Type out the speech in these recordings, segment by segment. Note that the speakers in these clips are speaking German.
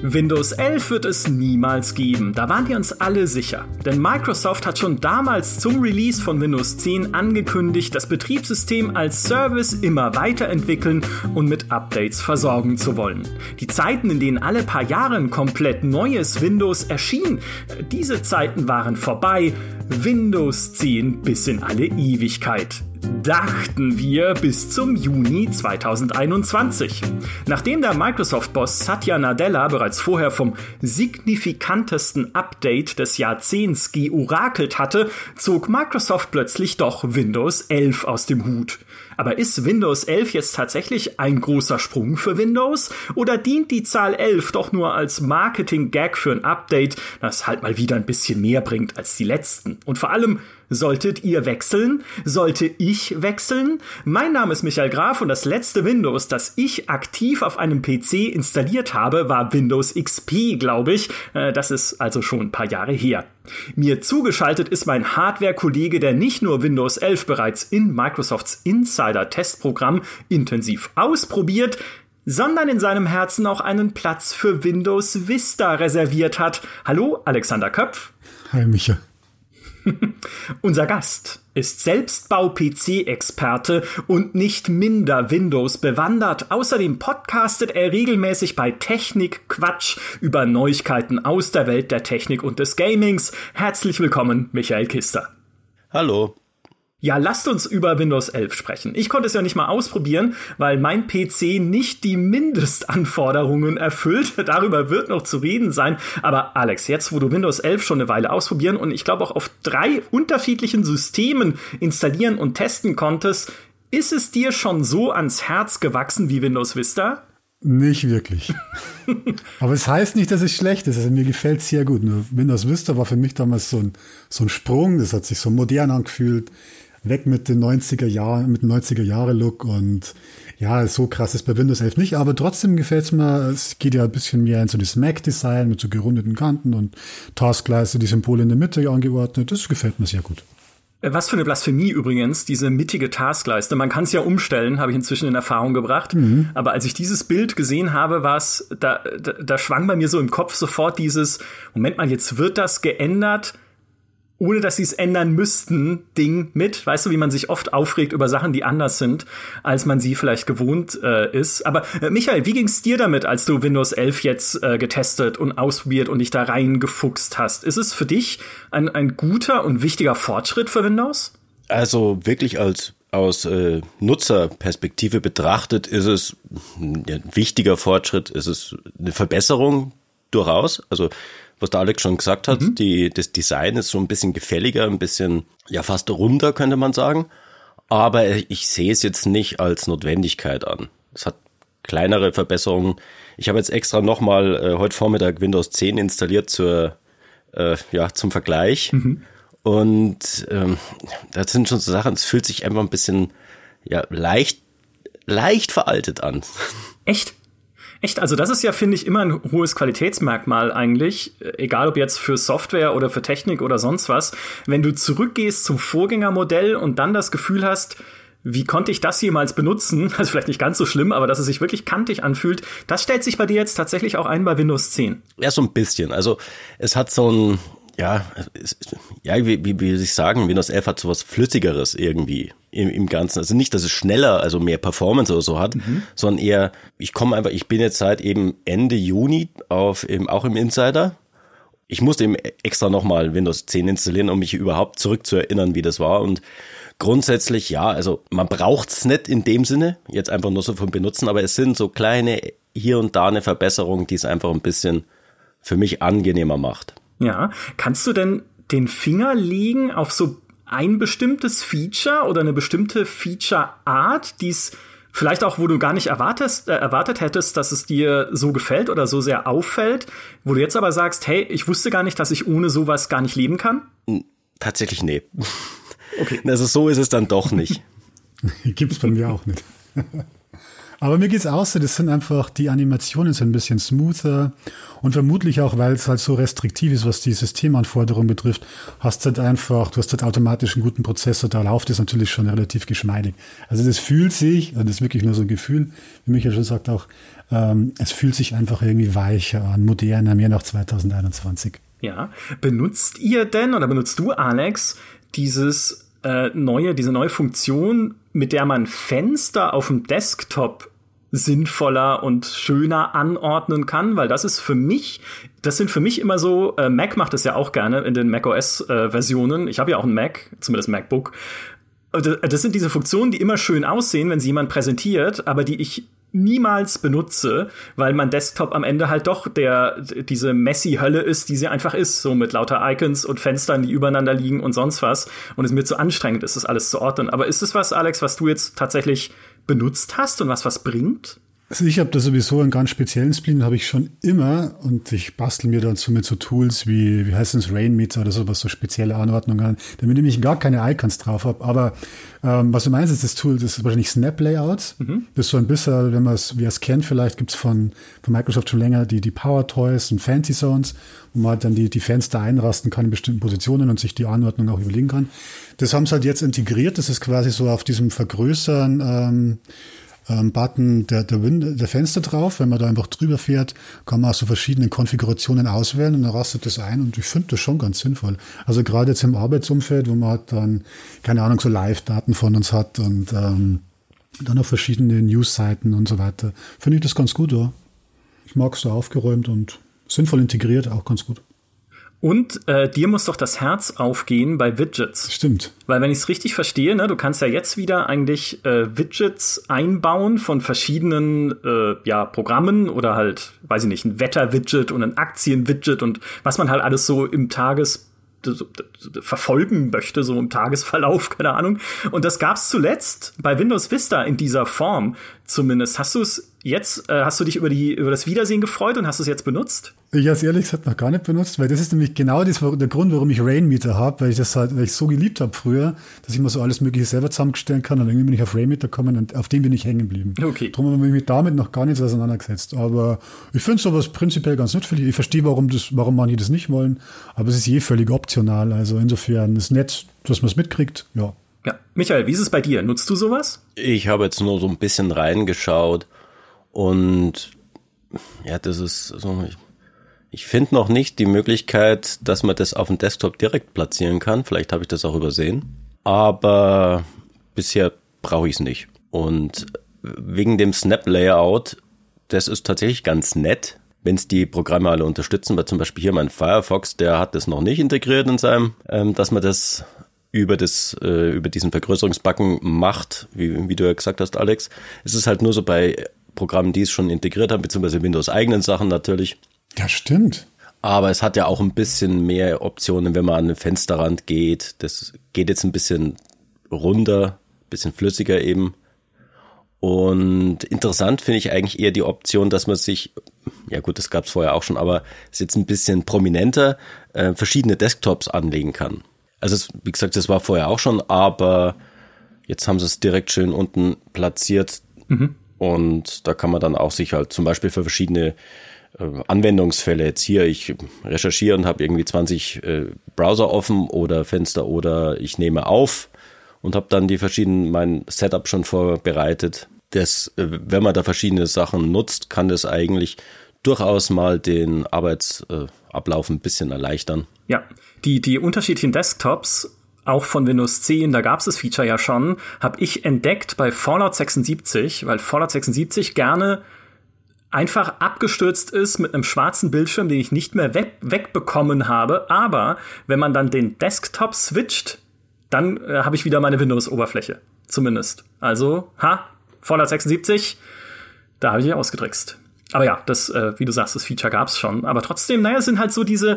Windows 11 wird es niemals geben, da waren wir uns alle sicher. Denn Microsoft hat schon damals zum Release von Windows 10 angekündigt, das Betriebssystem als Service immer weiterentwickeln und mit Updates versorgen zu wollen. Die Zeiten, in denen alle paar Jahre ein komplett neues Windows erschien, diese Zeiten waren vorbei. Windows 10 bis in alle Ewigkeit. Dachten wir bis zum Juni 2021. Nachdem der Microsoft-Boss Satya Nadella bereits vorher vom signifikantesten Update des Jahrzehnts georakelt hatte, zog Microsoft plötzlich doch Windows 11 aus dem Hut. Aber ist Windows 11 jetzt tatsächlich ein großer Sprung für Windows? Oder dient die Zahl 11 doch nur als Marketing-Gag für ein Update, das halt mal wieder ein bisschen mehr bringt als die letzten? Und vor allem, solltet ihr wechseln? Sollte ich wechseln? Mein Name ist Michael Graf und das letzte Windows, das ich aktiv auf einem PC installiert habe, war Windows XP, glaube ich. Das ist also schon ein paar Jahre her. Mir zugeschaltet ist mein Hardware-Kollege, der nicht nur Windows 11 bereits in Microsofts Insider-Testprogramm intensiv ausprobiert, sondern in seinem Herzen auch einen Platz für Windows Vista reserviert hat. Hallo, Alexander Köpf. Hi, Micha. Unser Gast ist Selbstbau-PC-Experte und nicht minder Windows bewandert. Außerdem podcastet er regelmäßig bei Technik Quatsch über Neuigkeiten aus der Welt der Technik und des Gamings. Herzlich willkommen, Michael Kister. Hallo. Ja, lasst uns über Windows 11 sprechen. Ich konnte es ja nicht mal ausprobieren, weil mein PC nicht die Mindestanforderungen erfüllt. Darüber wird noch zu reden sein. Aber Alex, jetzt wo du Windows 11 schon eine Weile ausprobieren und ich glaube auch auf 3 unterschiedlichen Systemen installieren und testen konntest, ist es dir schon so ans Herz gewachsen wie Windows Vista? Nicht wirklich. Aber es heißt nicht, dass es schlecht ist. Also mir gefällt es sehr gut. Nur Windows Vista war für mich damals so ein Sprung. Das hat sich so modern angefühlt. Weg mit den 90er Jahren, mit dem 90er-Jahre-Look und ja, so krass ist bei Windows 11 nicht, aber trotzdem gefällt es mir, es geht ja ein bisschen mehr in so das Mac-Design mit so gerundeten Kanten und Taskleiste, die Symbole in der Mitte angeordnet, das gefällt mir sehr gut. Was für eine Blasphemie übrigens, diese mittige Taskleiste. Man kann es ja umstellen, habe ich inzwischen in Erfahrung gebracht. Mhm. Aber als ich dieses Bild gesehen habe, war es, da schwang bei mir so im Kopf sofort dieses, Moment mal, jetzt wird das geändert, ohne dass sie es ändern müssten, Ding mit. Weißt du, wie man sich oft aufregt über Sachen, die anders sind, als man sie vielleicht gewohnt ist. Aber Michael, wie ging's dir damit, als du Windows 11 jetzt getestet und ausprobiert und dich da reingefuchst hast? Ist es für dich ein guter und wichtiger Fortschritt für Windows? Also wirklich aus Nutzerperspektive betrachtet ist es ein wichtiger Fortschritt, ist es eine Verbesserung durchaus. Also was der Alex schon gesagt hat, das Design ist so ein bisschen gefälliger, ein bisschen, ja, fast runder, könnte man sagen. Aber ich sehe es jetzt nicht als Notwendigkeit an. Es hat kleinere Verbesserungen. Ich habe jetzt extra nochmal heute Vormittag Windows 10 installiert zum Vergleich. Mhm. Und das sind schon so Sachen, es fühlt sich einfach ein bisschen, ja, leicht veraltet an. Echt? Echt, also das ist ja, finde ich, immer ein hohes Qualitätsmerkmal eigentlich, egal ob jetzt für Software oder für Technik oder sonst was. Wenn du zurückgehst zum Vorgängermodell und dann das Gefühl hast, wie konnte ich das jemals benutzen? Also vielleicht nicht ganz so schlimm, aber dass es sich wirklich kantig anfühlt, das stellt sich bei dir jetzt tatsächlich auch ein bei Windows 10. Ja, so ein bisschen. Also es hat so ein, wie will ich sagen, Windows 11 hat so was Flüssigeres irgendwie im Ganzen. Also nicht, dass es schneller, also mehr Performance oder so hat, sondern eher, ich bin jetzt seit eben Ende Juni auch im Insider. Ich musste eben extra nochmal Windows 10 installieren, um mich überhaupt zurückzuerinnern, wie das war. Und grundsätzlich, ja, also man braucht's nicht in dem Sinne, jetzt einfach nur so vom Benutzen, aber es sind so kleine hier und da eine Verbesserung, die es einfach ein bisschen für mich angenehmer macht. Ja, kannst du denn den Finger legen auf so ein bestimmtes Feature oder eine bestimmte Feature-Art, die es vielleicht auch, wo du gar nicht erwartet hättest, dass es dir so gefällt oder so sehr auffällt, wo du jetzt aber sagst, hey, ich wusste gar nicht, dass ich ohne sowas gar nicht leben kann? Tatsächlich, nee. Okay. Also so ist es dann doch nicht. Gibt's bei mir auch nicht. Aber mir geht's auch so, das sind einfach, die Animationen sind ein bisschen smoother und vermutlich auch, weil es halt so restriktiv ist, was die Systemanforderungen betrifft, du hast halt automatisch einen guten Prozessor, da läuft es natürlich schon relativ geschmeidig. Also das fühlt sich, das ist wirklich nur so ein Gefühl, wie Michael schon sagt auch, es fühlt sich einfach irgendwie weicher an, moderner, mehr nach 2021. Ja, benutzt ihr denn oder benutzt du, Alex, diese neue Funktion, mit der man Fenster auf dem Desktop sinnvoller und schöner anordnen kann? Weil das sind für mich immer so, Mac macht das ja auch gerne in den macOS-Versionen. Ich habe ja auch einen Mac, zumindest MacBook. Das sind diese Funktionen, die immer schön aussehen, wenn sie jemand präsentiert, aber die ich niemals benutze, weil mein Desktop am Ende halt doch diese Messy-Hölle ist, die sie einfach ist, so mit lauter Icons und Fenstern, die übereinander liegen und sonst was, und es mir zu anstrengend ist, das alles zu ordnen. Aber ist es was, Alex, was du jetzt tatsächlich benutzt hast und was bringt? Also ich habe da sowieso einen ganz speziellen Spleen, habe ich schon immer, und ich bastel mir dazu mit so Tools wie heißt es, Rainmeter oder sowas, so spezielle Anordnungen, damit ich gar keine Icons drauf habe. Aber was du meinst, ist das Tool, das ist wahrscheinlich Snap Layouts. Das ist so ein bisschen, wenn man es, wie es kennt, vielleicht gibt's von Microsoft schon länger die Power Toys und Fancy Zones, wo man halt dann die Fenster einrasten kann in bestimmten Positionen und sich die Anordnung auch überlegen kann. Das haben sie halt jetzt integriert. Das ist quasi so auf diesem Vergrößern Button der Fenster drauf. Wenn man da einfach drüber fährt, kann man auch so verschiedene Konfigurationen auswählen und dann rastet das ein, und ich finde das schon ganz sinnvoll. Also gerade jetzt im Arbeitsumfeld, wo man halt dann, keine Ahnung, so Live-Daten von uns hat und dann auch verschiedene News-Seiten und so weiter, finde ich das ganz gut, ja. Ich mag es so aufgeräumt und sinnvoll integriert, auch ganz gut. Und dir muss doch das Herz aufgehen bei Widgets. Stimmt. Weil wenn ich es richtig verstehe, ne, du kannst ja jetzt wieder eigentlich Widgets einbauen von verschiedenen Programmen oder halt, weiß ich nicht, ein Wetter-Widget und ein Aktien-Widget und was man halt alles so im verfolgen möchte, so im Tagesverlauf, keine Ahnung. Und das gab's zuletzt bei Windows Vista in dieser Form zumindest. Hast du dich über das Wiedersehen gefreut und hast du es jetzt benutzt? Ich habe es ehrlich gesagt noch gar nicht benutzt, weil das ist nämlich genau der Grund, warum ich Rainmeter habe, weil ich so geliebt habe früher, dass ich mir so alles Mögliche selber zusammenstellen kann, und irgendwie bin ich auf Rainmeter gekommen und auf dem bin ich hängen geblieben. Okay. Darum habe ich mich damit noch gar nicht so auseinandergesetzt. Aber ich finde sowas prinzipiell ganz nützlich. Ich verstehe, warum manche das nicht wollen, aber es ist völlig optional. Also insofern ist nett, dass man es mitkriegt, ja. Ja. Michael, wie ist es bei dir? Nutzt du sowas? Ich habe jetzt nur so ein bisschen reingeschaut und ja, das ist so, ich finde noch nicht die Möglichkeit, dass man das auf dem Desktop direkt platzieren kann. Vielleicht habe ich das auch übersehen. Aber bisher brauche ich es nicht. Und wegen dem Snap-Layout, das ist tatsächlich ganz nett, wenn es die Programme alle unterstützen. Weil zum Beispiel hier mein Firefox, der hat das noch nicht integriert in seinem, dass man das über diesen Vergrößerungsbutton macht, wie du ja gesagt hast, Alex. Es ist halt nur so bei Programmen, die es schon integriert haben, beziehungsweise Windows-eigenen Sachen natürlich. Ja, stimmt. Aber es hat ja auch ein bisschen mehr Optionen, wenn man an den Fensterrand geht. Das geht jetzt ein bisschen runder, ein bisschen flüssiger eben. Und interessant finde ich eigentlich eher die Option, dass man sich, ja gut, das gab es vorher auch schon, aber es ist jetzt ein bisschen prominenter, verschiedene Desktops anlegen kann. Also wie gesagt, das war vorher auch schon, aber jetzt haben sie es direkt schön unten platziert. Und da kann man dann auch sich halt zum Beispiel für verschiedene Anwendungsfälle jetzt hier, ich recherchiere und habe irgendwie 20 Browser offen oder Fenster oder ich nehme auf und habe dann mein Setup schon vorbereitet. Wenn man da verschiedene Sachen nutzt, kann das eigentlich durchaus mal den Arbeitsablauf ein bisschen erleichtern. Ja, die unterschiedlichen Desktops, auch von Windows 10, da gab es das Feature ja schon, habe ich entdeckt bei Fallout 76, weil Fallout 76 gerne einfach abgestürzt ist mit einem schwarzen Bildschirm, den ich nicht mehr wegbekommen habe. Aber wenn man dann den Desktop switcht, dann habe ich wieder meine Windows-Oberfläche. Zumindest. Also, Fallout 76, da habe ich ausgetrickst. Aber ja, das, wie du sagst, das Feature gab's schon. Aber trotzdem, es sind halt so diese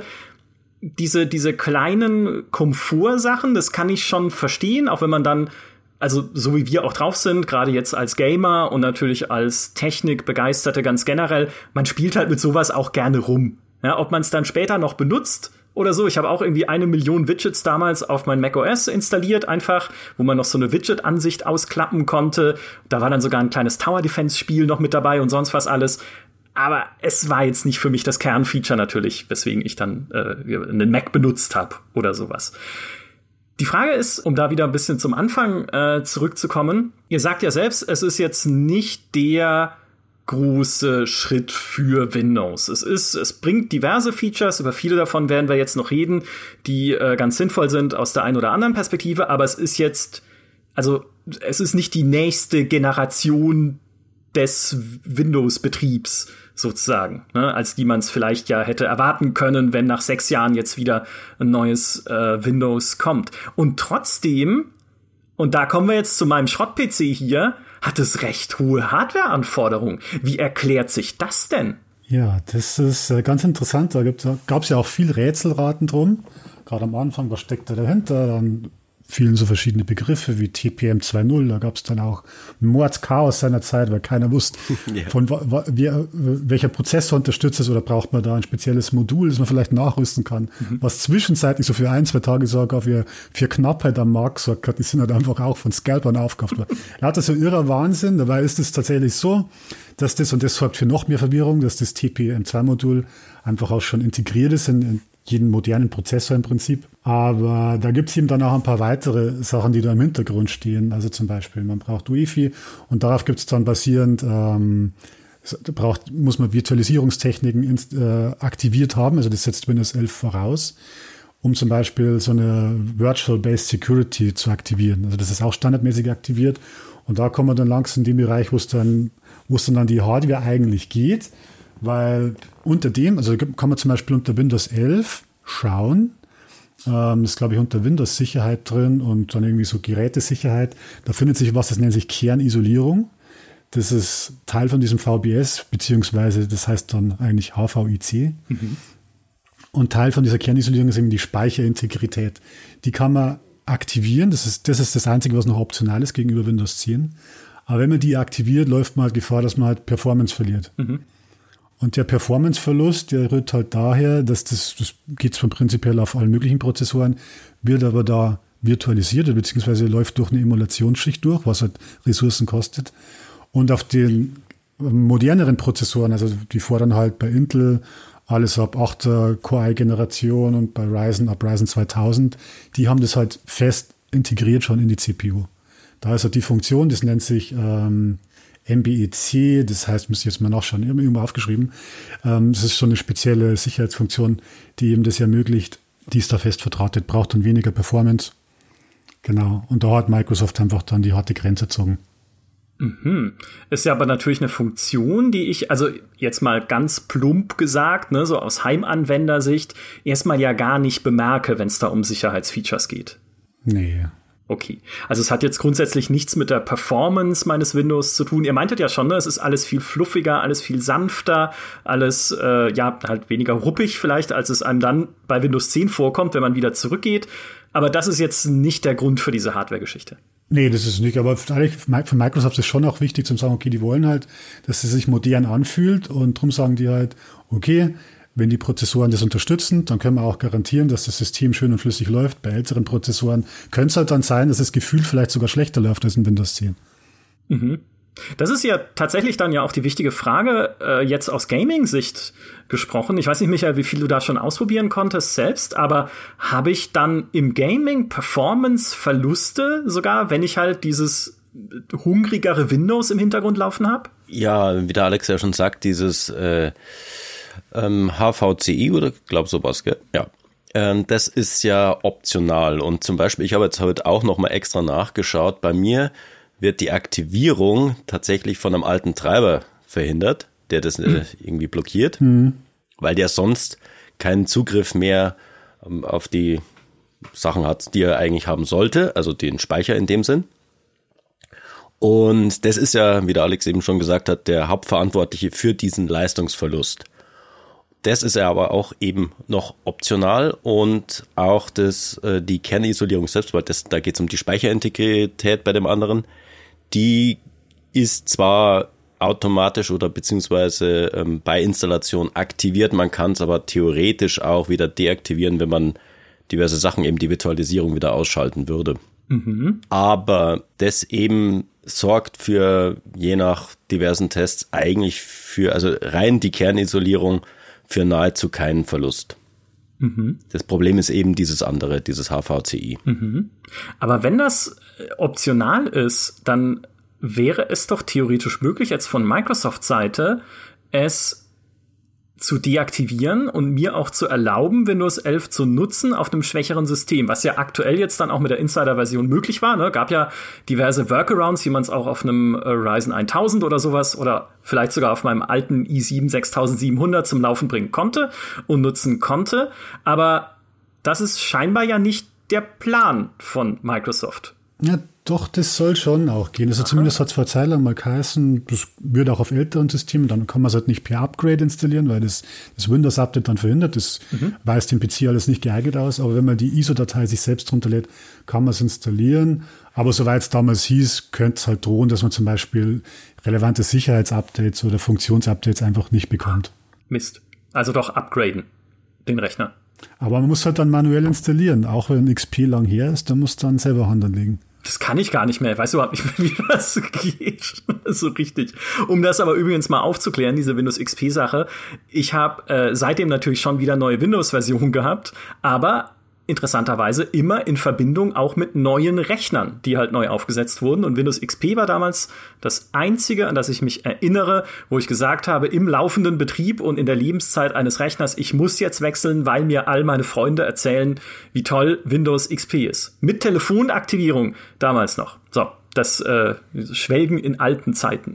kleinen Komfortsachen, das kann ich schon verstehen, auch wenn man dann, also so wie wir auch drauf sind, gerade jetzt als Gamer und natürlich als Technikbegeisterte ganz generell, man spielt halt mit sowas auch gerne rum. Ja, ob man es dann später noch benutzt, oder so. Ich habe auch irgendwie 1 Million Widgets damals auf mein macOS installiert, einfach, wo man noch so eine Widget-Ansicht ausklappen konnte. Da war dann sogar ein kleines Tower-Defense-Spiel noch mit dabei und sonst was alles. Aber es war jetzt nicht für mich das Kernfeature natürlich, weswegen ich dann einen Mac benutzt habe oder sowas. Die Frage ist, um da wieder ein bisschen zum Anfang zurückzukommen, ihr sagt ja selbst, es ist jetzt nicht der große Schritt für Windows. Es bringt diverse Features, über viele davon werden wir jetzt noch reden, die ganz sinnvoll sind aus der einen oder anderen Perspektive, aber es ist nicht die nächste Generation des Windows-Betriebs sozusagen, ne, als die man es vielleicht ja hätte erwarten können, wenn nach 6 Jahren jetzt wieder ein neues Windows kommt. Und trotzdem, und da kommen wir jetzt zu meinem Schrott-PC hier, hat es recht hohe Hardware-Anforderungen. Wie erklärt sich das denn? Ja, das ist ganz interessant. Da gab es ja auch viel Rätselraten drum. Gerade am Anfang, was steckt da dahinter? Dann fielen so verschiedene Begriffe wie TPM 2.0. Da gab es dann auch Mordschaos seiner Zeit, weil keiner wusste, welcher Prozessor unterstützt es, oder braucht man da ein spezielles Modul, das man vielleicht nachrüsten kann, was zwischenzeitlich so für 1-2 Tage sogar für Knappheit am Markt sorgt hat. Die sind halt einfach auch von Scalpern aufgekauft worden. Lauter so irrer Wahnsinn. Dabei ist es tatsächlich so, dass das sorgt für noch mehr Verwirrung, dass das TPM2-Modul einfach auch schon integriert ist in jeden modernen Prozessor im Prinzip. Aber da gibt es eben dann auch ein paar weitere Sachen, die da im Hintergrund stehen. Also zum Beispiel, man braucht UEFI und darauf gibt es dann basierend, muss man Virtualisierungstechniken aktiviert haben. Also das setzt Windows 11 voraus, um zum Beispiel so eine Virtual-Based Security zu aktivieren. Also das ist auch standardmäßig aktiviert. Und da kommen wir dann langsam in den Bereich, wo es dann die Hardware eigentlich geht. Weil also kann man zum Beispiel unter Windows 11 schauen, das ist, glaube ich, unter Windows-Sicherheit drin und dann irgendwie so Gerätesicherheit. Da findet sich was, das nennt sich Kernisolierung. Das ist Teil von diesem VBS, beziehungsweise das heißt dann eigentlich HVIC. Und Teil von dieser Kernisolierung ist eben die Speicherintegrität. Die kann man aktivieren. Das ist das Einzige, was noch optional ist gegenüber Windows 10. Aber wenn man die aktiviert, läuft man halt Gefahr, dass man halt Performance verliert. Und der Performance-Verlust, der rührt halt daher, dass das geht zwar prinzipiell auf allen möglichen Prozessoren, wird aber da virtualisiert, beziehungsweise läuft durch eine Emulationsschicht durch, was halt Ressourcen kostet. Und auf den moderneren Prozessoren, also die fordern halt bei Intel alles ab 8er Core-i-Generation und bei Ryzen ab Ryzen 2000, die haben das halt fest integriert schon in die CPU. Da ist halt die Funktion, das nennt sich MBEC, das heißt, müsste ich jetzt mal nachschauen, irgendwo aufgeschrieben. Das ist schon eine spezielle Sicherheitsfunktion, die eben das ermöglicht, die ist da fest verdrahtet, braucht dann weniger Performance. Genau. Und da hat Microsoft einfach dann die harte Grenze gezogen. Ist ja aber natürlich eine Funktion, die ich, also jetzt mal ganz plump gesagt, ne, so aus Heimanwendersicht, erstmal ja gar nicht bemerke, wenn es da um Sicherheitsfeatures geht. Nee. Okay, also es hat jetzt grundsätzlich nichts mit der Performance meines Windows zu tun. Ihr meintet ja schon, ne, es ist alles viel fluffiger, alles viel sanfter, alles halt weniger ruppig vielleicht, als es einem dann bei Windows 10 vorkommt, wenn man wieder zurückgeht. Aber das ist jetzt nicht der Grund für diese Hardware-Geschichte. Nee, das ist nicht. Aber für Microsoft ist schon auch wichtig zu sagen, okay, die wollen halt, dass es sich modern anfühlt. Und darum sagen die halt, okay, wenn die Prozessoren das unterstützen, dann können wir auch garantieren, dass das System schön und flüssig läuft. Bei älteren Prozessoren könnte es halt dann sein, dass das Gefühl vielleicht sogar schlechter läuft als in Windows 10. Das ist ja tatsächlich dann ja auch die wichtige Frage, jetzt aus Gaming-Sicht gesprochen. Ich weiß nicht, Michael, wie viel du da schon ausprobieren konntest selbst, aber habe ich dann im Gaming Performance-Verluste sogar, wenn ich halt dieses hungrigere Windows im Hintergrund laufen habe? Ja, wie der Alex ja schon sagt, dieses HVCI oder glaub sowas, gell? Ja. Das ist ja optional und zum Beispiel, ich habe jetzt heute auch noch mal extra nachgeschaut, bei mir wird die Aktivierung tatsächlich von einem alten Treiber verhindert, der das irgendwie blockiert, weil der sonst keinen Zugriff mehr auf die Sachen hat, die er eigentlich haben sollte, also den Speicher in dem Sinn. Und das ist ja, wie der Alex eben schon gesagt hat, der Hauptverantwortliche für diesen Leistungsverlust. Das ist ja aber auch eben noch optional und auch die Kernisolierung selbst, weil da geht es um die Speicherintegrität bei dem anderen, die ist zwar automatisch oder beziehungsweise bei Installation aktiviert. Man kann es aber theoretisch auch wieder deaktivieren, wenn man diverse Sachen, eben die Virtualisierung, wieder ausschalten würde. Aber das eben sorgt für, je nach diversen Tests, eigentlich für, also rein die Kernisolierung, für nahezu keinen Verlust. Das Problem ist eben dieses andere, dieses HVCI. Aber wenn das optional ist, dann wäre es doch theoretisch möglich, jetzt von Microsoft-Seite es zu deaktivieren und mir auch zu erlauben, Windows 11 zu nutzen auf einem schwächeren System, was ja aktuell jetzt dann auch mit der Insider-Version möglich war. Ne? Gab ja diverse Workarounds, wie man es auch auf einem Ryzen 1000 oder sowas oder vielleicht sogar auf meinem alten i7 6700 zum Laufen bringen konnte und nutzen konnte. Aber das ist scheinbar ja nicht der Plan von Microsoft. Ja, doch, das soll schon auch gehen. Also zumindest hat es vor Zeit lang mal geheißen, das wird auch auf älteren Systemen, dann kann man es halt nicht per Upgrade installieren, weil das Windows-Update dann verhindert. Das weist dem PC alles nicht geeignet aus. Aber wenn man die ISO-Datei sich selbst runterlädt, kann man es installieren. Aber soweit es damals hieß, könnte es halt drohen, dass man zum Beispiel relevante Sicherheitsupdates oder Funktionsupdates einfach nicht bekommt. Mist. Also doch upgraden, den Rechner. Aber man muss halt dann manuell installieren. Auch wenn XP lang her ist, dann muss dann selber Hand anlegen. Das kann ich gar nicht mehr. Ich weiß überhaupt nicht mehr, wie das geht. So richtig. Um das aber übrigens mal aufzuklären, diese Windows XP-Sache. Ich habe seitdem natürlich schon wieder neue Windows-Versionen gehabt, aber interessanterweise immer in Verbindung auch mit neuen Rechnern, die halt neu aufgesetzt wurden. Und Windows XP war damals das einzige, an das ich mich erinnere, wo ich gesagt habe, im laufenden Betrieb und in der Lebenszeit eines Rechners, ich muss jetzt wechseln, weil mir all meine Freunde erzählen, wie toll Windows XP ist. Mit Telefonaktivierung damals noch. So, das Schwelgen in alten Zeiten.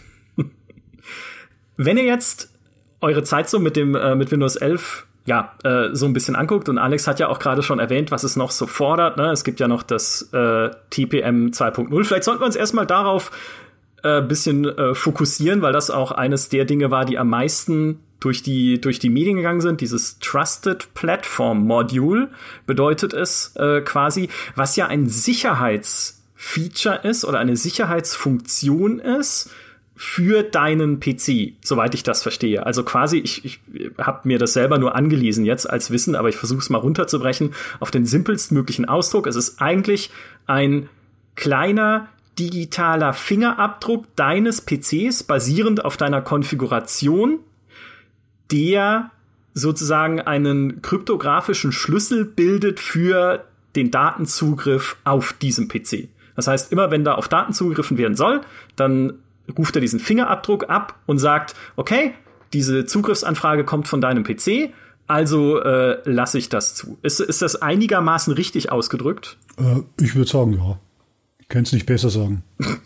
Wenn ihr jetzt eure Zeit so mit Windows 11 so ein bisschen anguckt. Und Alex hat ja auch gerade schon erwähnt, was es noch so fordert. Ne? Es gibt ja noch das TPM 2.0. Vielleicht sollten wir uns erstmal darauf bisschen fokussieren, weil das auch eines der Dinge war, die am meisten durch die Medien gegangen sind. Dieses Trusted Platform Module bedeutet es quasi, was ja ein Sicherheitsfeature ist oder eine Sicherheitsfunktion ist, für deinen PC, soweit ich das verstehe. Also quasi, ich habe mir das selber nur angelesen jetzt als Wissen, aber ich versuche es mal runterzubrechen auf den simpelstmöglichen Ausdruck. Es ist eigentlich ein kleiner digitaler Fingerabdruck deines PCs, basierend auf deiner Konfiguration, der sozusagen einen kryptografischen Schlüssel bildet für den Datenzugriff auf diesem PC. Das heißt, immer wenn da auf Daten zugegriffen werden soll, dann ruft er diesen Fingerabdruck ab und sagt, okay, diese Zugriffsanfrage kommt von deinem PC, also lasse ich das zu. Ist das einigermaßen richtig ausgedrückt? Ich würde sagen, ja. Ich könnte es nicht besser sagen.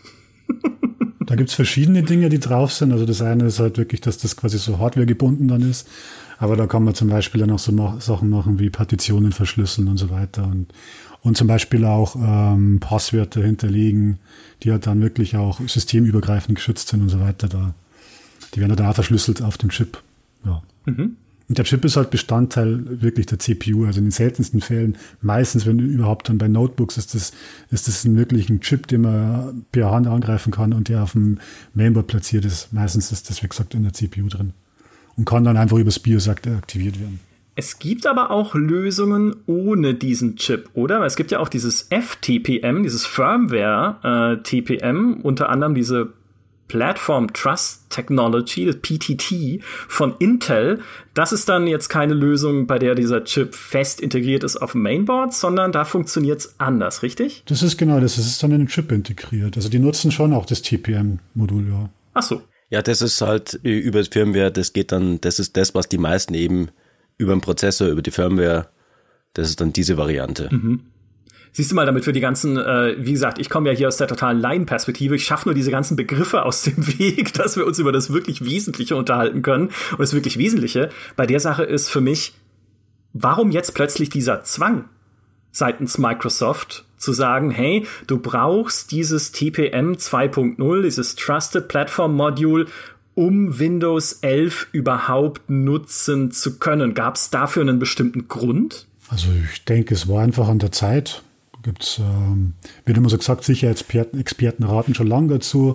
Da gibt es verschiedene Dinge, die drauf sind. Also das eine ist halt wirklich, dass das quasi so hardwaregebunden dann ist. Aber da kann man zum Beispiel dann auch so Sachen machen wie Partitionen verschlüsseln und so weiter. Und zum Beispiel auch Passwörter hinterlegen, die halt dann wirklich auch systemübergreifend geschützt sind und so weiter. Die werden dann auch verschlüsselt auf dem Chip. Ja. Und der Chip ist halt Bestandteil wirklich der CPU. Also in den seltensten Fällen, meistens, wenn überhaupt dann bei Notebooks, ist das wirklich ein Chip, den man per Hand angreifen kann und der auf dem Mainboard platziert ist. Meistens ist das, wie gesagt, in der CPU drin. Und kann dann einfach übers BIOS aktiviert werden. Es gibt aber auch Lösungen ohne diesen Chip, oder? Weil es gibt ja auch dieses FTPM, dieses Firmware-TPM, unter anderem diese Platform Trust Technology, das PTT von Intel. Das ist dann jetzt keine Lösung, bei der dieser Chip fest integriert ist auf dem Mainboard, sondern da funktioniert es anders, richtig? Das ist genau das. Das ist dann in den Chip integriert. Also die nutzen schon auch das TPM-Modul, ja. Ach so. Ja, das ist halt über das Firmware, das ist das, was die meisten eben über den Prozessor, über die Firmware, das ist dann diese Variante. Siehst du mal, damit wir die ganzen, wie gesagt, ich komme ja hier aus der totalen Laienperspektive, ich schaffe nur diese ganzen Begriffe aus dem Weg, dass wir uns über das wirklich Wesentliche unterhalten können. Und das wirklich Wesentliche bei der Sache ist für mich, warum jetzt plötzlich dieser Zwang seitens Microsoft zu sagen, hey, du brauchst dieses TPM 2.0, dieses Trusted Platform Module, um Windows 11 überhaupt nutzen zu können. Gab es dafür einen bestimmten Grund? Also ich denke, es war einfach an der Zeit. Gibt's, wird immer so gesagt, Sicherheitsexperten raten schon lange dazu.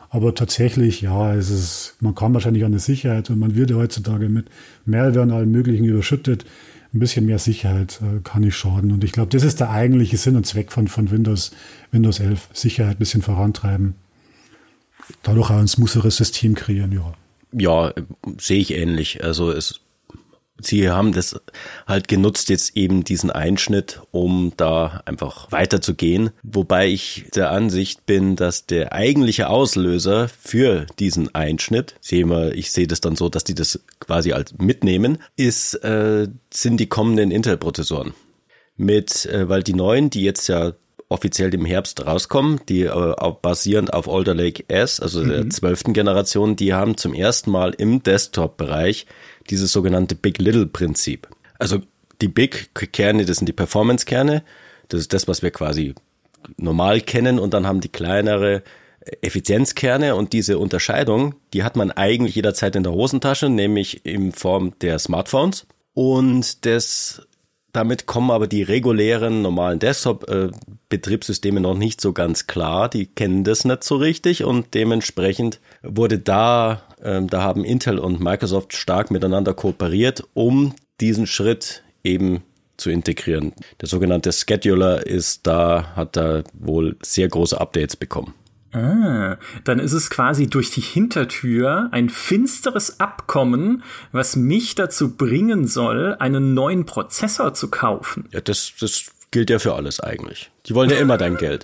Aber tatsächlich, ja, man kann wahrscheinlich an der Sicherheit, und man wird ja heutzutage mit Malware und allem Möglichen überschüttet. Ein bisschen mehr Sicherheit kann nicht schaden. Und ich glaube, das ist der eigentliche Sinn und Zweck von Windows 11. Sicherheit ein bisschen vorantreiben. Dadurch auch ein smootheres System kreieren, ja. Ja, sehe ich ähnlich. Also sie haben das halt genutzt, jetzt eben diesen Einschnitt, um da einfach weiterzugehen. Wobei ich der Ansicht bin, dass der eigentliche Auslöser für diesen Einschnitt, ich sehe das dann so, dass die das quasi als mitnehmen, sind die kommenden Intel-Prozessoren. Weil die neuen, die jetzt ja offiziell im Herbst rauskommen, die basierend auf Alder Lake S, also der 12. Generation, die haben zum ersten Mal im Desktop-Bereich dieses sogenannte Big-Little-Prinzip. Also die Big-Kerne, das sind die Performance-Kerne, das ist das, was wir quasi normal kennen, und dann haben die kleinere Effizienzkerne, und diese Unterscheidung, die hat man eigentlich jederzeit in der Hosentasche, nämlich in Form der Smartphones, und damit kommen aber die regulären, normalen Desktop-Betriebssysteme noch nicht so ganz klar. Die kennen das nicht so richtig, und dementsprechend wurde da haben Intel und Microsoft stark miteinander kooperiert, um diesen Schritt eben zu integrieren. Der sogenannte Scheduler hat da wohl sehr große Updates bekommen. Dann ist es quasi durch die Hintertür ein finsteres Abkommen, was mich dazu bringen soll, einen neuen Prozessor zu kaufen. Ja, das gilt ja für alles eigentlich. Die wollen ja immer dein Geld.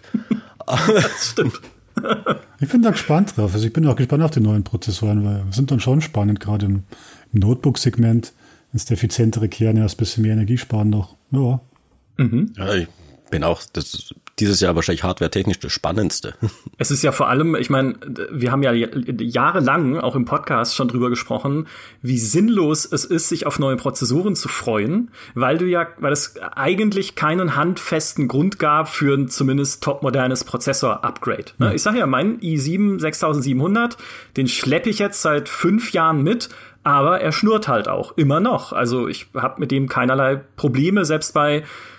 Das stimmt. Ich bin da gespannt drauf. Also ich bin auch gespannt auf die neuen Prozessoren, weil wir sind dann schon spannend, gerade im Notebook-Segment, wenn es effizientere Kerne, ein bisschen mehr Energie sparen noch. Ja. Ja, ich bin auch, das ist dieses Jahr wahrscheinlich hardware-technisch das Spannendste. Es ist ja vor allem, ich meine, wir haben ja jahrelang auch im Podcast schon drüber gesprochen, wie sinnlos es ist, sich auf neue Prozessoren zu freuen, weil es eigentlich keinen handfesten Grund gab für ein zumindest topmodernes Prozessor-Upgrade. Ne? Ich sage ja, mein i7 6700, den schleppe ich jetzt seit 5 Jahren mit, aber er schnurrt halt auch immer noch. Also ich habe mit dem keinerlei Probleme, selbst bei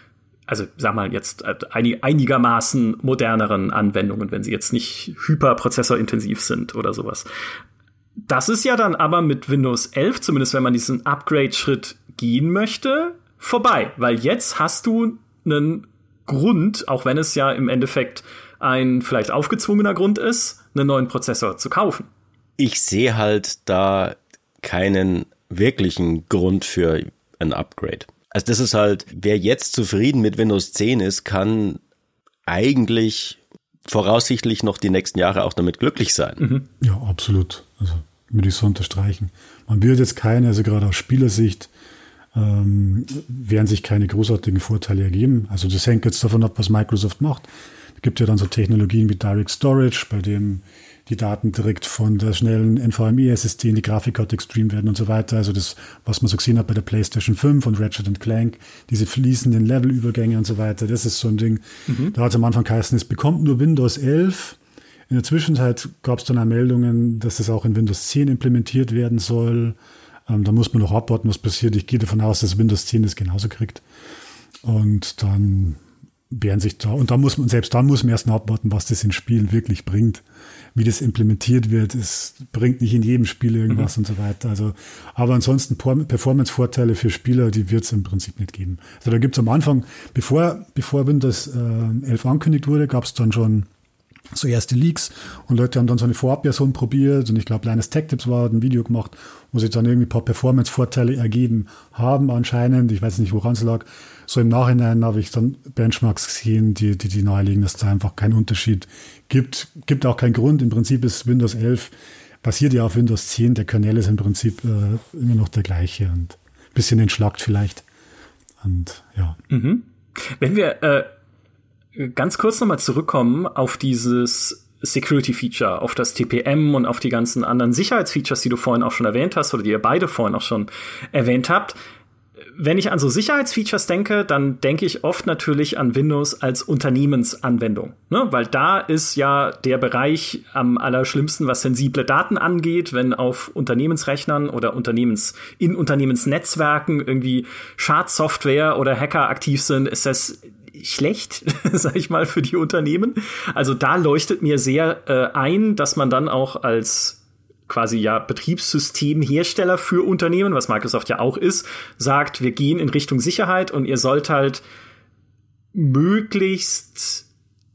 sag mal jetzt einigermaßen moderneren Anwendungen, wenn sie jetzt nicht hyperprozessorintensiv sind oder sowas. Das ist ja dann aber mit Windows 11, zumindest wenn man diesen Upgrade-Schritt gehen möchte, vorbei. Weil jetzt hast du einen Grund, auch wenn es ja im Endeffekt ein vielleicht aufgezwungener Grund ist, einen neuen Prozessor zu kaufen. Ich sehe halt da keinen wirklichen Grund für ein Upgrade. Also das ist halt, wer jetzt zufrieden mit Windows 10 ist, kann eigentlich voraussichtlich noch die nächsten Jahre auch damit glücklich sein. Ja, absolut. Also würde ich so unterstreichen. Man wird jetzt also gerade aus Spielersicht, werden sich keine großartigen Vorteile ergeben. Also das hängt jetzt davon ab, was Microsoft macht. Es gibt ja dann so Technologien wie Direct Storage, bei dem die Daten direkt von der schnellen NVMe-SSD in die Grafikkarte gestreamt werden und so weiter. Also das, was man so gesehen hat bei der PlayStation 5 und Ratchet & Clank, diese fließenden Levelübergänge und so weiter, das ist so ein Ding. Da hat es am Anfang geheißen, es bekommt nur Windows 11. In der Zwischenzeit gab es dann auch Meldungen, dass es auch in Windows 10 implementiert werden soll. Da muss man noch abwarten, was passiert. Ich gehe davon aus, dass Windows 10 das genauso kriegt. Und dann werden sich und selbst dann muss man erst noch abwarten, was das in Spielen wirklich bringt. Wie das implementiert wird, es bringt nicht in jedem Spiel irgendwas und so weiter. Also, aber ansonsten Performance-Vorteile für Spieler, die wird es im Prinzip nicht geben. Also da gibt es am Anfang, bevor Windows 11 angekündigt wurde, gab es dann schon so erste Leaks und Leute haben dann so eine Vorabversion probiert und ich glaube, Linus Tech Tips hat ein Video gemacht, wo sich dann irgendwie ein paar Performance-Vorteile ergeben haben anscheinend. Ich weiß nicht, woran es lag. So im Nachhinein habe ich dann Benchmarks gesehen, die nahelegen, dass da einfach keinen Unterschied gibt. Gibt auch keinen Grund. Im Prinzip ist Windows 11 basiert ja auf Windows 10. Der Kernel ist im Prinzip immer noch der gleiche und ein bisschen entschlackt vielleicht. Und ja. Wenn wir ganz kurz nochmal zurückkommen auf dieses Security-Feature, auf das TPM und auf die ganzen anderen Sicherheitsfeatures, die du vorhin auch schon erwähnt hast oder die ihr beide vorhin auch schon erwähnt habt. Wenn ich an so Sicherheitsfeatures denke, dann denke ich oft natürlich an Windows als Unternehmensanwendung, ne? Weil da ist ja der Bereich am allerschlimmsten, was sensible Daten angeht, wenn auf Unternehmensrechnern oder in Unternehmensnetzwerken irgendwie Schadsoftware oder Hacker aktiv sind, ist das schlecht, sag ich mal, für die Unternehmen. Also da leuchtet mir sehr ein, dass man dann auch als quasi ja Betriebssystemhersteller für Unternehmen, was Microsoft ja auch ist, sagt, wir gehen in Richtung Sicherheit und ihr sollt halt möglichst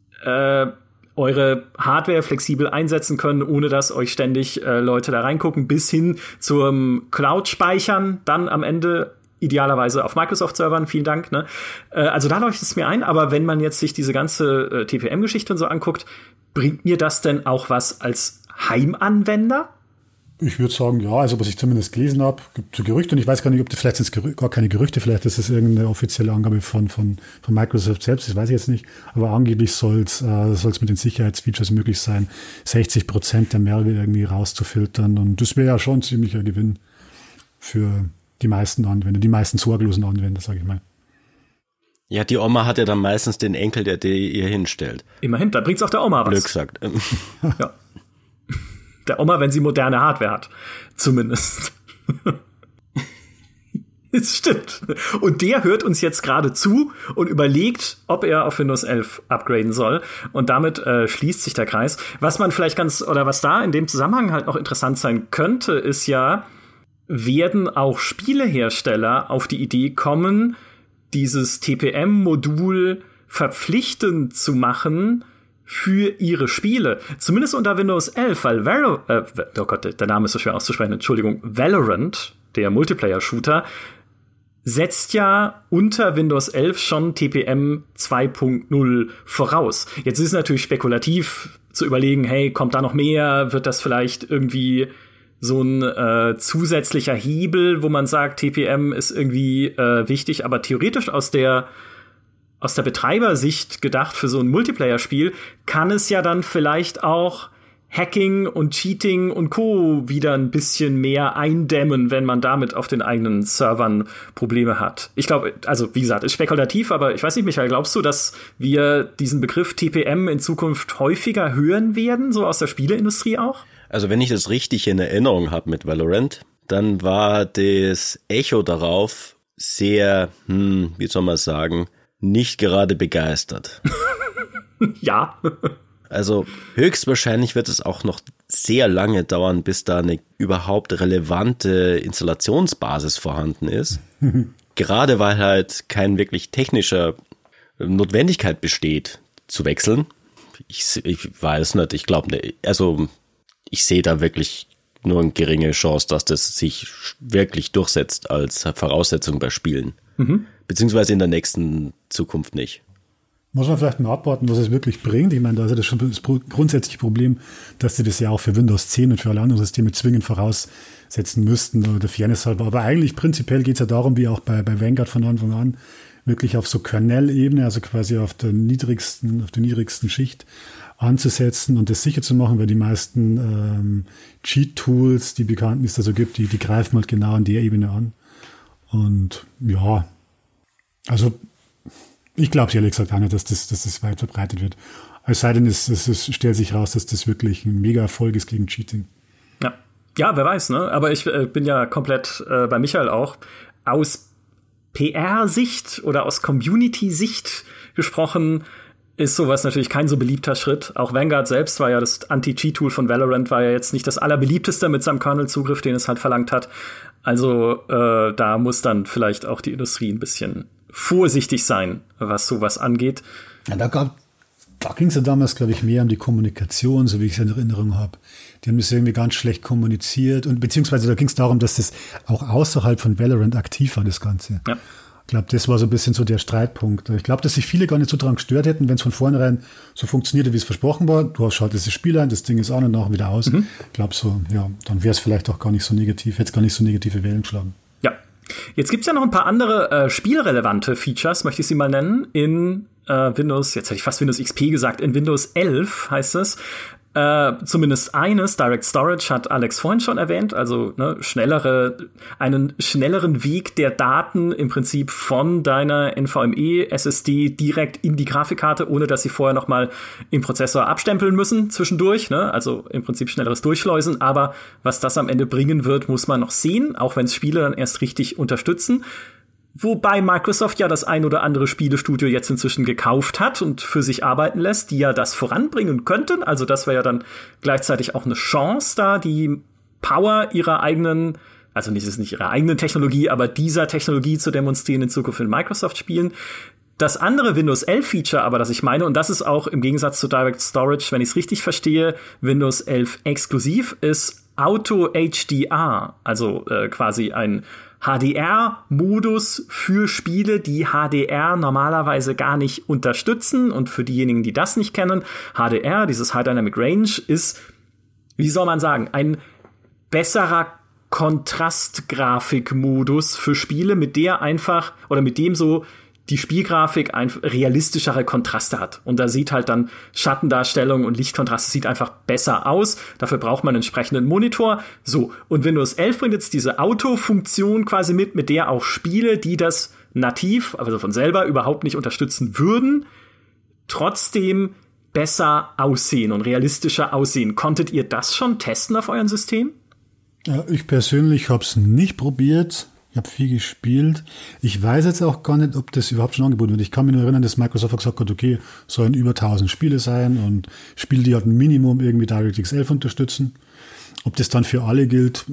eure Hardware flexibel einsetzen können, ohne dass euch ständig Leute da reingucken, bis hin zum Cloud-Speichern dann am Ende idealerweise auf Microsoft-Servern, vielen Dank. Ne? Also da leuchtet es mir ein, aber wenn man jetzt sich diese ganze TPM-Geschichte und so anguckt, bringt mir das denn auch was als Heimanwender? Ich würde sagen, ja, also was ich zumindest gelesen habe, gibt so Gerüchte, und ich weiß gar nicht, ob das vielleicht sind gar keine Gerüchte, vielleicht ist das irgendeine offizielle Angabe von Microsoft selbst, das weiß ich jetzt nicht, aber angeblich soll es mit den Sicherheitsfeatures möglich sein, 60% der Malware irgendwie rauszufiltern, und das wäre ja schon ein ziemlicher Gewinn für die meisten Anwender, die meisten sorglosen Anwender, sage ich mal. Ja, die Oma hat ja dann meistens den Enkel, der ihr hinstellt. Immerhin, da bringt's auch der Oma was. Glück sagt. Ja. Der Oma, wenn sie moderne Hardware hat. Zumindest. Es stimmt. Und der hört uns jetzt gerade zu und überlegt, ob er auf Windows 11 upgraden soll. Und damit schließt sich der Kreis. Was man vielleicht was da in dem Zusammenhang halt noch interessant sein könnte, ist ja, werden auch Spielehersteller auf die Idee kommen, dieses TPM-Modul verpflichtend zu machen für ihre Spiele. Zumindest unter Windows 11, weil oh Gott, der Name ist so schwer auszusprechen, Entschuldigung, Valorant, der Multiplayer-Shooter, setzt ja unter Windows 11 schon TPM 2.0 voraus. Jetzt ist es natürlich spekulativ zu überlegen, hey, kommt da noch mehr? Wird das vielleicht irgendwie so ein zusätzlicher Hebel, wo man sagt, TPM ist irgendwie wichtig, aber theoretisch aus der Betreibersicht gedacht für so ein Multiplayer-Spiel kann es ja dann vielleicht auch Hacking und Cheating und Co. wieder ein bisschen mehr eindämmen, wenn man damit auf den eigenen Servern Probleme hat. Ich glaube, also wie gesagt, ist spekulativ, aber ich weiß nicht, Michael, glaubst du, dass wir diesen Begriff TPM in Zukunft häufiger hören werden, so aus der Spieleindustrie auch? Also wenn ich das richtig in Erinnerung habe mit Valorant, dann war das Echo darauf sehr, wie soll man sagen, nicht gerade begeistert. Ja. Also höchstwahrscheinlich wird es auch noch sehr lange dauern, bis da eine überhaupt relevante Installationsbasis vorhanden ist. Gerade weil halt kein wirklich technischer Notwendigkeit besteht, zu wechseln. Ich weiß nicht, ich glaube nicht. Also ich sehe da wirklich nur eine geringe Chance, dass das sich wirklich durchsetzt als Voraussetzung bei Spielen. Beziehungsweise in der nächsten Zukunft nicht. Muss man vielleicht mal abwarten, was es wirklich bringt. Ich meine, da ist ja das schon das grundsätzliche Problem, dass sie das ja auch für Windows 10 und für alle anderen Systeme zwingend voraussetzen müssten, oder Fairness halber. Aber eigentlich prinzipiell geht es ja darum, wie auch bei Vanguard von Anfang an, wirklich auf so Kernel-Ebene, also quasi auf der niedrigsten Schicht anzusetzen und das sicher zu machen, weil die meisten Cheat-Tools, die bekannten es da so gibt, die greifen halt genau an der Ebene an. Und ja, also ich glaube ehrlich gesagt auch nicht, dass das weit verbreitet wird. Es sei denn, es stellt sich raus, dass das wirklich ein Mega-Erfolg ist gegen Cheating. Ja, wer weiß, ne? Aber ich bin ja komplett bei Michael auch. Aus PR-Sicht oder aus Community-Sicht gesprochen ist sowas natürlich kein so beliebter Schritt. Auch Vanguard selbst war ja das Anti-Cheat-Tool von Valorant, war ja jetzt nicht das allerbeliebteste mit seinem Kernel-Zugriff, den es halt verlangt hat. Also da muss dann vielleicht auch die Industrie ein bisschen vorsichtig sein, was sowas angeht. Ja, da ging es ja damals, glaube ich, mehr um die Kommunikation, so wie ich es in Erinnerung habe. Die haben das irgendwie ganz schlecht kommuniziert, und beziehungsweise da ging es darum, dass das auch außerhalb von Valorant aktiv war, das Ganze. Ja. Ich glaube, das war so ein bisschen so der Streitpunkt. Ich glaube, dass sich viele gar nicht so dran gestört hätten, wenn es von vornherein so funktionierte, wie es versprochen war. Du schaltest das Spiel ein, das Ding ist an und nachher wieder aus. Ich glaube so, ja, dann wäre es vielleicht auch gar nicht so negativ, hätte es gar nicht so negative Wellen geschlagen. Ja. Jetzt gibt's ja noch ein paar andere spielrelevante Features, möchte ich sie mal nennen, in Windows, jetzt hätte ich fast Windows XP gesagt, in Windows 11 heißt es. Zumindest eines, Direct Storage, hat Alex vorhin schon erwähnt, also einen schnelleren Weg der Daten im Prinzip von deiner NVMe SSD direkt in die Grafikkarte, ohne dass sie vorher noch mal im Prozessor abstempeln müssen zwischendurch, ne? Also im Prinzip schnelleres Durchschleusen, aber was das am Ende bringen wird, muss man noch sehen, auch wenn es Spiele dann erst richtig unterstützen. Wobei Microsoft ja das ein oder andere Spielestudio jetzt inzwischen gekauft hat und für sich arbeiten lässt, die ja das voranbringen könnten. Also das wäre ja dann gleichzeitig auch eine Chance, da die Power ihrer eigenen, also nicht ihrer eigenen Technologie, aber dieser Technologie zu demonstrieren in Zukunft in Microsoft-Spielen. Das andere Windows 11 Feature aber, das ich meine, und das ist auch im Gegensatz zu Direct Storage, wenn ich es richtig verstehe, Windows 11 exklusiv, ist Auto HDR, also quasi ein HDR-Modus für Spiele, die HDR normalerweise gar nicht unterstützen. Und für diejenigen, die das nicht kennen, HDR, dieses High Dynamic Range, ist, wie soll man sagen, ein besserer Kontrastgrafikmodus für Spiele, mit dem so die Spielgrafik realistischere Kontraste hat. Und da sieht halt dann Schattendarstellung und Lichtkontraste sieht einfach besser aus. Dafür braucht man einen entsprechenden Monitor. So, und Windows 11 bringt jetzt diese Auto-Funktion quasi mit der auch Spiele, die das nativ, also von selber überhaupt nicht unterstützen würden, trotzdem besser aussehen und realistischer aussehen. Konntet ihr das schon testen auf euren System? Ja, ich persönlich habe es nicht probiert. Ich habe viel gespielt. Ich weiß jetzt auch gar nicht, ob das überhaupt schon angeboten wird. Ich kann mich nur erinnern, dass Microsoft gesagt hat, okay, sollen über 1000 Spiele sein und Spiele, die halt ein Minimum irgendwie DirectX 11 unterstützen. Ob das dann für alle gilt,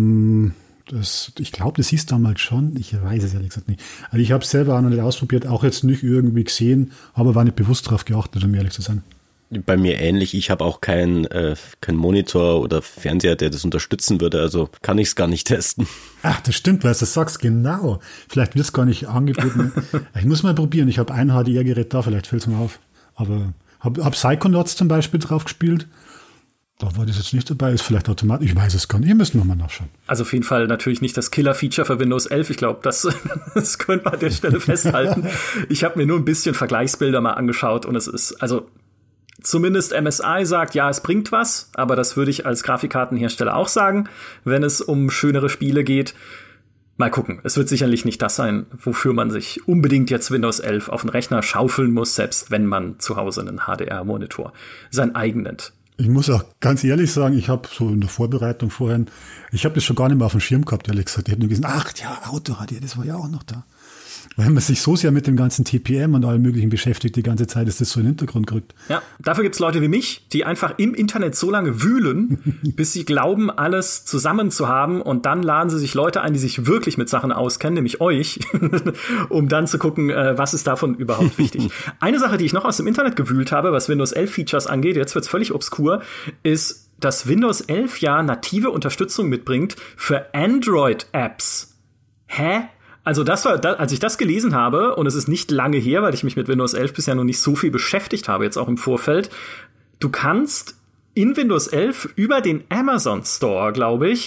ich glaube, das hieß damals schon. Ich weiß es ehrlich gesagt nicht. Also ich habe es selber auch noch nicht ausprobiert, auch jetzt nicht irgendwie gesehen, aber war nicht bewusst darauf geachtet, um ehrlich zu sein. Bei mir ähnlich. Ich habe auch kein Monitor oder Fernseher, der das unterstützen würde. Also kann ich es gar nicht testen. Ach, das stimmt, weil du sagst, genau. Vielleicht wird es gar nicht angeboten. Ich muss mal probieren. Ich habe ein HDR-Gerät da, vielleicht fällt es mir auf. Aber hab Psychonauts zum Beispiel drauf gespielt. Da war das jetzt nicht dabei. Ist vielleicht automatisch. Ich weiß es gar nicht. Ihr müsst nochmal nachschauen. Also auf jeden Fall natürlich nicht das Killer-Feature für Windows 11. Ich glaube, das können wir an der Stelle festhalten. Ich habe mir nur ein bisschen Vergleichsbilder mal angeschaut und es ist, also zumindest MSI sagt, ja, es bringt was, aber das würde ich als Grafikkartenhersteller auch sagen, wenn es um schönere Spiele geht. Mal gucken. Es wird sicherlich nicht das sein, wofür man sich unbedingt jetzt Windows 11 auf den Rechner schaufeln muss, selbst wenn man zu Hause einen HDR-Monitor sein eigen nennt. Ich muss auch ganz ehrlich sagen, ich habe so in der Vorbereitung vorhin, ich habe das schon gar nicht mehr auf dem Schirm gehabt, ehrlich gesagt. Ich habe nur gesagt, ach ja, Auto HDR, das war ja auch noch da. Weil man sich so sehr mit dem ganzen TPM und allem Möglichen beschäftigt die ganze Zeit, dass das so in den Hintergrund rückt. Ja, dafür gibt's Leute wie mich, die einfach im Internet so lange wühlen, bis sie glauben, alles zusammen zu haben. Und dann laden sie sich Leute ein, die sich wirklich mit Sachen auskennen, nämlich euch, um dann zu gucken, was ist davon überhaupt wichtig. Eine Sache, die ich noch aus dem Internet gewühlt habe, was Windows 11 Features angeht, jetzt wird's völlig obskur, ist, dass Windows 11 ja native Unterstützung mitbringt für Android-Apps. Hä? Also das war, als ich das gelesen habe, und es ist nicht lange her, weil ich mich mit Windows 11 bisher noch nicht so viel beschäftigt habe, jetzt auch im Vorfeld, du kannst in Windows 11 über den Amazon Store, glaube ich,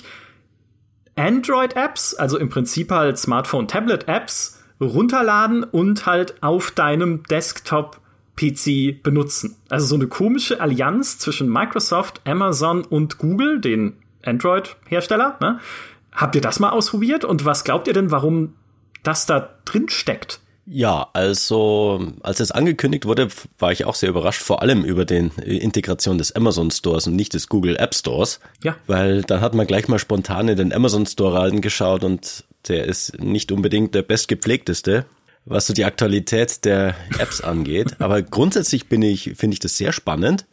Android-Apps, also im Prinzip halt Smartphone-Tablet-Apps, runterladen und halt auf deinem Desktop-PC benutzen. Also so eine komische Allianz zwischen Microsoft, Amazon und Google, den Android-Hersteller, ne? Habt ihr das mal ausprobiert? Und was glaubt ihr denn, warum das da drin steckt? Ja, also als es angekündigt wurde, war ich auch sehr überrascht, vor allem über die Integration des Amazon Stores und nicht des Google App Stores. Ja. Weil dann hat man gleich mal spontan in den Amazon Store reingeschaut und der ist nicht unbedingt der bestgepflegteste, was so die Aktualität der Apps angeht. Aber grundsätzlich finde ich das sehr spannend.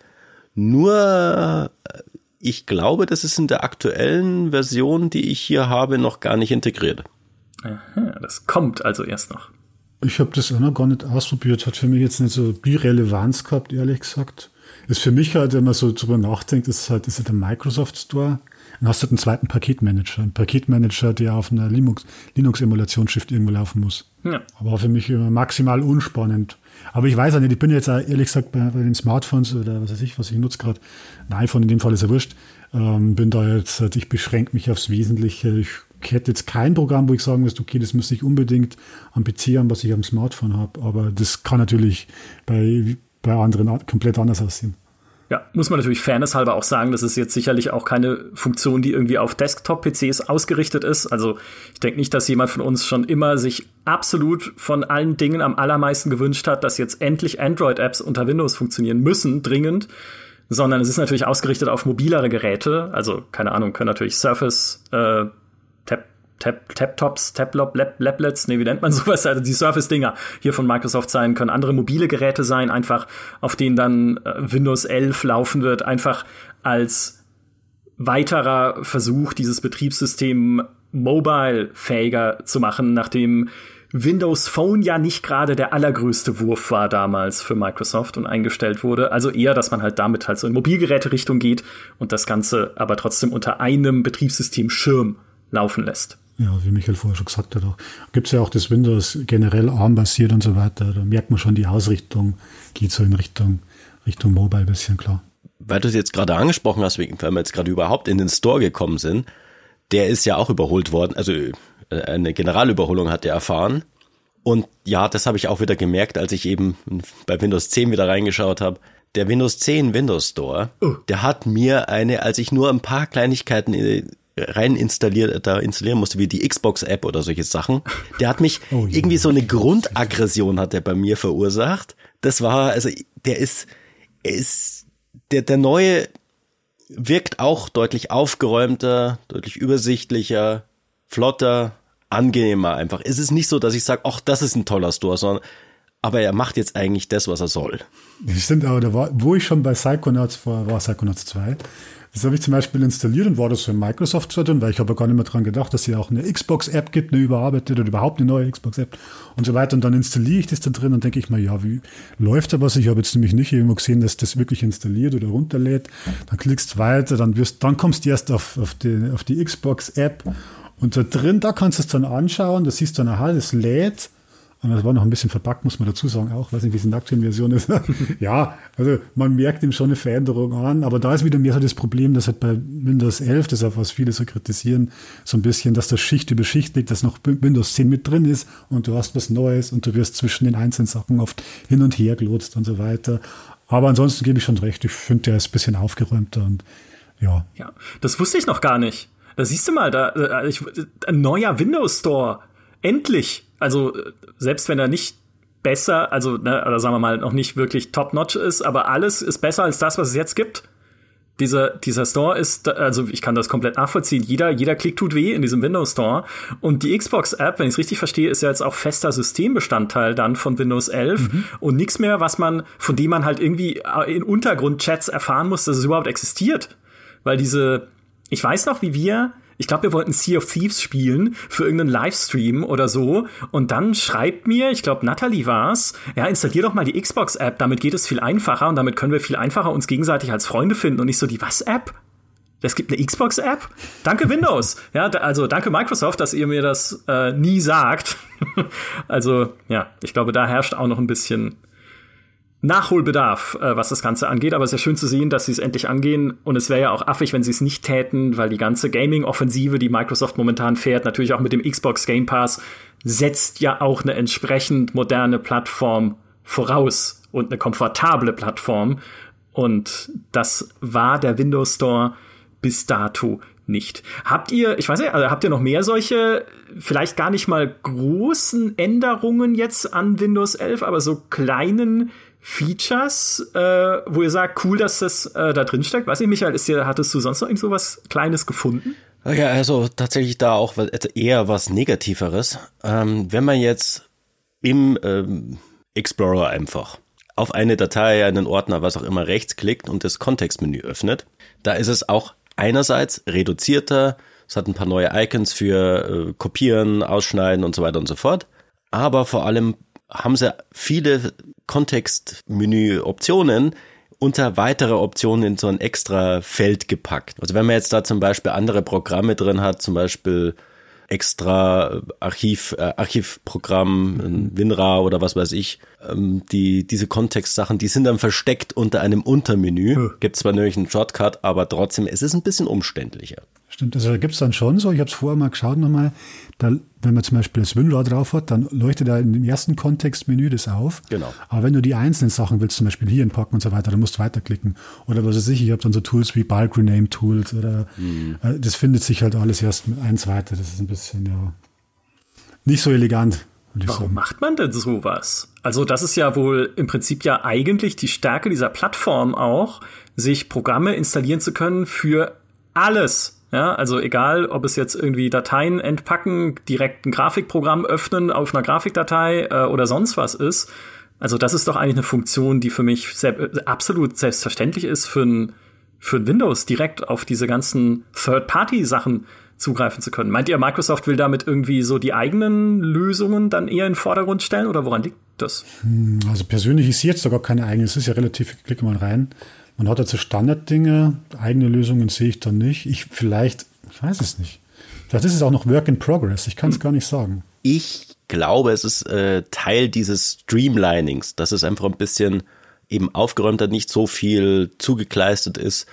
Nur ich glaube, das ist in der aktuellen Version, die ich hier habe, noch gar nicht integriert. Aha, das kommt also erst noch. Ich habe das auch noch gar nicht ausprobiert. Hat für mich jetzt nicht so die Relevanz gehabt, ehrlich gesagt. Ist für mich halt, wenn man so drüber nachdenkt, ist halt der Microsoft Store. Dann hast du halt einen zweiten Paketmanager. Ein Paketmanager, der auf einer Linux-Emulationsschicht irgendwo laufen muss. Ja. Aber für mich immer maximal unspannend. Aber ich weiß auch nicht, ich bin jetzt auch, ehrlich gesagt bei den Smartphones oder was ich nutze gerade, ein iPhone, in dem Fall ist ja wurscht, bin da jetzt, ich beschränke mich aufs Wesentliche. Ich hätte jetzt kein Programm, wo ich sagen müsste, okay, das müsste ich unbedingt am PC haben, was ich am Smartphone habe. Aber das kann natürlich bei anderen komplett anders aussehen. Ja, muss man natürlich fairnesshalber auch sagen, das ist jetzt sicherlich auch keine Funktion, die irgendwie auf Desktop-PCs ausgerichtet ist. Also ich denke nicht, dass jemand von uns schon immer sich absolut von allen Dingen am allermeisten gewünscht hat, dass jetzt endlich Android-Apps unter Windows funktionieren müssen, dringend. Sondern es ist natürlich ausgerichtet auf mobilere Geräte. Also, keine Ahnung, können natürlich Surface, Tablets, wie nennt man sowas, also die Surface-Dinger hier von Microsoft sein, können andere mobile Geräte sein, einfach auf denen dann Windows 11 laufen wird, einfach als weiterer Versuch, dieses Betriebssystem mobile-fähiger zu machen, nachdem Windows Phone ja nicht gerade der allergrößte Wurf war damals für Microsoft und eingestellt wurde. Also eher, dass man halt damit halt so in Mobilgeräte-Richtung geht und das Ganze aber trotzdem unter einem Betriebssystem-Schirm laufen lässt. Ja, wie Michael vorher schon gesagt hat, gibt es ja auch das Windows generell ARM-basiert und so weiter. Da merkt man schon, die Ausrichtung geht so in Richtung Mobile ein bisschen, klar. Weil du es jetzt gerade angesprochen hast, weil wir jetzt gerade überhaupt in den Store gekommen sind, der ist ja auch überholt worden, also eine Generalüberholung hat er erfahren. Und ja, das habe ich auch wieder gemerkt, als ich eben bei Windows 10 wieder reingeschaut habe. Der Windows 10 Windows Store, der hat mir als ich nur ein paar Kleinigkeiten installieren musste, wie die Xbox-App oder solche Sachen, der hat mich irgendwie so eine Grundaggression hat er bei mir verursacht. Das war, also der neue wirkt auch deutlich aufgeräumter, deutlich übersichtlicher, flotter, angenehmer einfach. Es ist nicht so, dass ich sage, ach, das ist ein toller Store, sondern aber er macht jetzt eigentlich das, was er soll. Das stimmt, aber wo ich schon bei Psychonauts war Psychonauts 2. Das habe ich zum Beispiel installiert und war das so in Microsoft Store drin, weil ich habe gar nicht mehr dran gedacht, dass es ja auch eine Xbox-App gibt, eine überarbeitete oder überhaupt eine neue Xbox-App und so weiter. Und dann installiere ich das da drin und denke ich mal, ja, wie läuft da was? Ich habe jetzt nämlich nicht irgendwo gesehen, dass das wirklich installiert oder runterlädt. Dann klickst weiter, dann kommst du erst auf die Xbox-App und da drin, da kannst du es dann anschauen, da siehst du dann, aha, das lädt. Und das war noch ein bisschen verpackt, muss man dazu sagen auch. Weiß nicht, wie es in der aktuellen Version ist. Ja, also man merkt ihm schon eine Veränderung an. Aber da ist wieder mehr so das Problem, dass halt bei Windows 11, das auch was viele so kritisieren, so ein bisschen, dass das Schicht über Schicht liegt, dass noch Windows 10 mit drin ist und du hast was Neues und du wirst zwischen den einzelnen Sachen oft hin und her gelotst und so weiter. Aber ansonsten gebe ich schon recht. Ich finde, der ist ein bisschen aufgeräumter und ja. Ja, das wusste ich noch gar nicht. Da siehst du mal, ein neuer Windows Store. Endlich. Also selbst wenn er nicht besser, also oder sagen wir mal noch nicht wirklich top-notch ist, aber alles ist besser als das, was es jetzt gibt. Dieser Store ist, also ich kann das komplett nachvollziehen. Jeder Klick tut weh in diesem Windows Store. Und die Xbox-App, wenn ich es richtig verstehe, ist ja jetzt auch fester Systembestandteil dann von Windows 11 und nichts mehr, von dem man halt irgendwie in Untergrundchats erfahren muss, dass es überhaupt existiert. Weil ich weiß noch, ich glaube, wir wollten Sea of Thieves spielen für irgendeinen Livestream oder so. Und dann schreibt mir, ich glaube, Natalie war's, ja, installier doch mal die Xbox-App, damit geht es viel einfacher und damit können wir viel einfacher uns gegenseitig als Freunde finden. Und nicht so, die was-App? Es gibt eine Xbox-App? Danke Windows. Ja, also danke Microsoft, dass ihr mir das nie sagt. Also, ja, ich glaube, da herrscht auch noch ein bisschen Nachholbedarf, was das Ganze angeht, aber es ist ja schön zu sehen, dass sie es endlich angehen und es wäre ja auch affig, wenn sie es nicht täten, weil die ganze Gaming-Offensive, die Microsoft momentan fährt, natürlich auch mit dem Xbox Game Pass, setzt ja auch eine entsprechend moderne Plattform voraus und eine komfortable Plattform und das war der Windows Store bis dato nicht. Habt ihr noch mehr solche, vielleicht gar nicht mal großen Änderungen jetzt an Windows 11, aber so kleinen Features, wo ihr sagt, cool, dass das da drin steckt? Weiß ich, Michael, hattest du sonst noch irgend so was Kleines gefunden? Ja, also tatsächlich da auch eher was Negativeres. Wenn man jetzt im Explorer einfach auf eine Datei, einen Ordner, was auch immer, rechts klickt und das Kontextmenü öffnet, da ist es auch einerseits reduzierter, es hat ein paar neue Icons für Kopieren, Ausschneiden und so weiter und so fort, aber vor allem haben sie viele Kontextmenü-Optionen unter weitere Optionen in so ein extra Feld gepackt. Also wenn man jetzt da zum Beispiel andere Programme drin hat, zum Beispiel extra Archivprogramm, WinRAR oder was weiß ich, diese Kontextsachen, die sind dann versteckt unter einem Untermenü. Gibt zwar natürlich einen Shortcut, aber trotzdem, es ist ein bisschen umständlicher. Stimmt, also da gibt es dann schon so, ich habe es vorher mal geschaut nochmal, wenn man zum Beispiel das WinRAR drauf hat, dann leuchtet da in dem ersten Kontextmenü das auf. Genau. Aber wenn du die einzelnen Sachen willst, zum Beispiel hier packen und so weiter, dann musst du weiterklicken. Oder was weiß ich habe dann so Tools wie Bulk Rename Tools oder das findet sich halt alles erst mit eins weiter. Das ist ein bisschen, ja, nicht so elegant. Warum macht man denn sowas? Also das ist ja wohl im Prinzip ja eigentlich die Stärke dieser Plattform auch, sich Programme installieren zu können für alles. Ja, also egal, ob es jetzt irgendwie Dateien entpacken, direkt ein Grafikprogramm öffnen auf einer Grafikdatei oder sonst was ist. Also das ist doch eigentlich eine Funktion, die für mich absolut selbstverständlich ist, für ein Windows direkt auf diese ganzen Third-Party-Sachen zugreifen zu können. Meint ihr, Microsoft will damit irgendwie so die eigenen Lösungen dann eher in den Vordergrund stellen oder woran liegt das? Also persönlich ist jetzt sogar keine eigene, es ist ja relativ, ich klicke mal rein. Man hat also Standarddinge, eigene Lösungen sehe ich dann nicht. Ich weiß es nicht. Vielleicht ist es auch noch Work in Progress, ich kann es gar nicht sagen. Ich glaube, es ist Teil dieses Streamlinings, dass es einfach ein bisschen eben aufgeräumter, nicht so viel zugekleistert ist.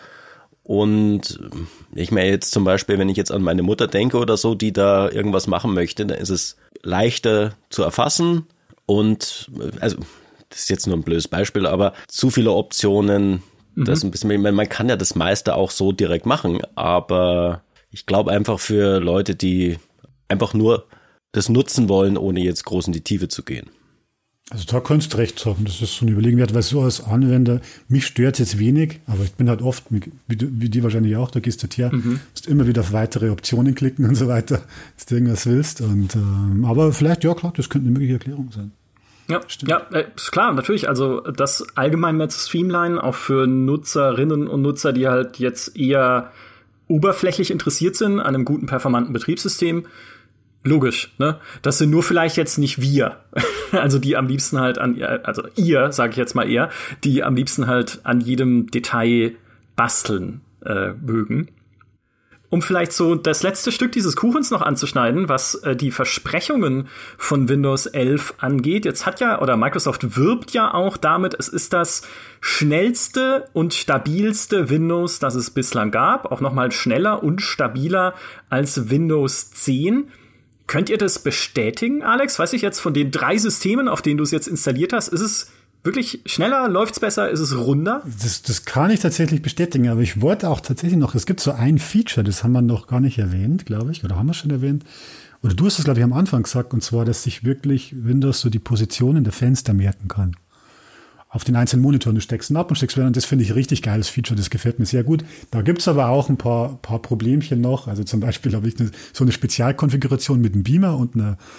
Und ich meine jetzt zum Beispiel, wenn ich jetzt an meine Mutter denke oder so, die da irgendwas machen möchte, dann ist es leichter zu erfassen und, also das ist jetzt nur ein blödes Beispiel, aber zu viele Optionen, das ein bisschen, man kann ja das meiste auch so direkt machen, aber ich glaube einfach für Leute, die einfach nur das nutzen wollen, ohne jetzt groß in die Tiefe zu gehen. Also da könntest du recht haben, das ist so eine Überlegung wert, weil so als Anwender, mich stört es jetzt wenig, aber ich bin halt oft, wie die wahrscheinlich auch, da gehst du her, musst immer wieder auf weitere Optionen klicken und so weiter, dass du irgendwas willst. Und aber vielleicht, ja klar, das könnte eine mögliche Erklärung sein. Ja, stimmt. Ja, ist klar, natürlich. Also das allgemein mehr zu streamlinen, auch für Nutzerinnen und Nutzer, die halt jetzt eher oberflächlich interessiert sind an einem guten, performanten Betriebssystem. Logisch, ne? Das sind nur vielleicht jetzt nicht wir. Also die am liebsten halt also ihr, sage ich jetzt mal eher, die am liebsten halt an jedem Detail basteln mögen. Um vielleicht so das letzte Stück dieses Kuchens noch anzuschneiden, was die Versprechungen von Windows 11 angeht. Jetzt Microsoft wirbt ja auch damit, es ist das schnellste und stabilste Windows, das es bislang gab. Auch nochmal schneller und stabiler als Windows 10. Könnt ihr das bestätigen, Alex? Weiß ich jetzt von den 3 Systemen, auf denen du es jetzt installiert hast, ist es wirklich schneller? Läuft's besser? Ist es runder? Das kann ich tatsächlich bestätigen, aber ich wollte auch tatsächlich noch, es gibt so ein Feature, das haben wir noch gar nicht erwähnt, glaube ich, oder haben wir schon erwähnt? Oder du hast es, glaube ich, am Anfang gesagt, und zwar, dass sich wirklich Windows so die Positionen der Fenster merken kann. Auf den einzelnen Monitoren, du steckst ihn ab und steckst wieder, und das finde ich ein richtig geiles Feature, das gefällt mir sehr gut. Da gibt's aber auch ein paar Problemchen noch, also zum Beispiel habe ich so eine Spezialkonfiguration mit einem Beamer und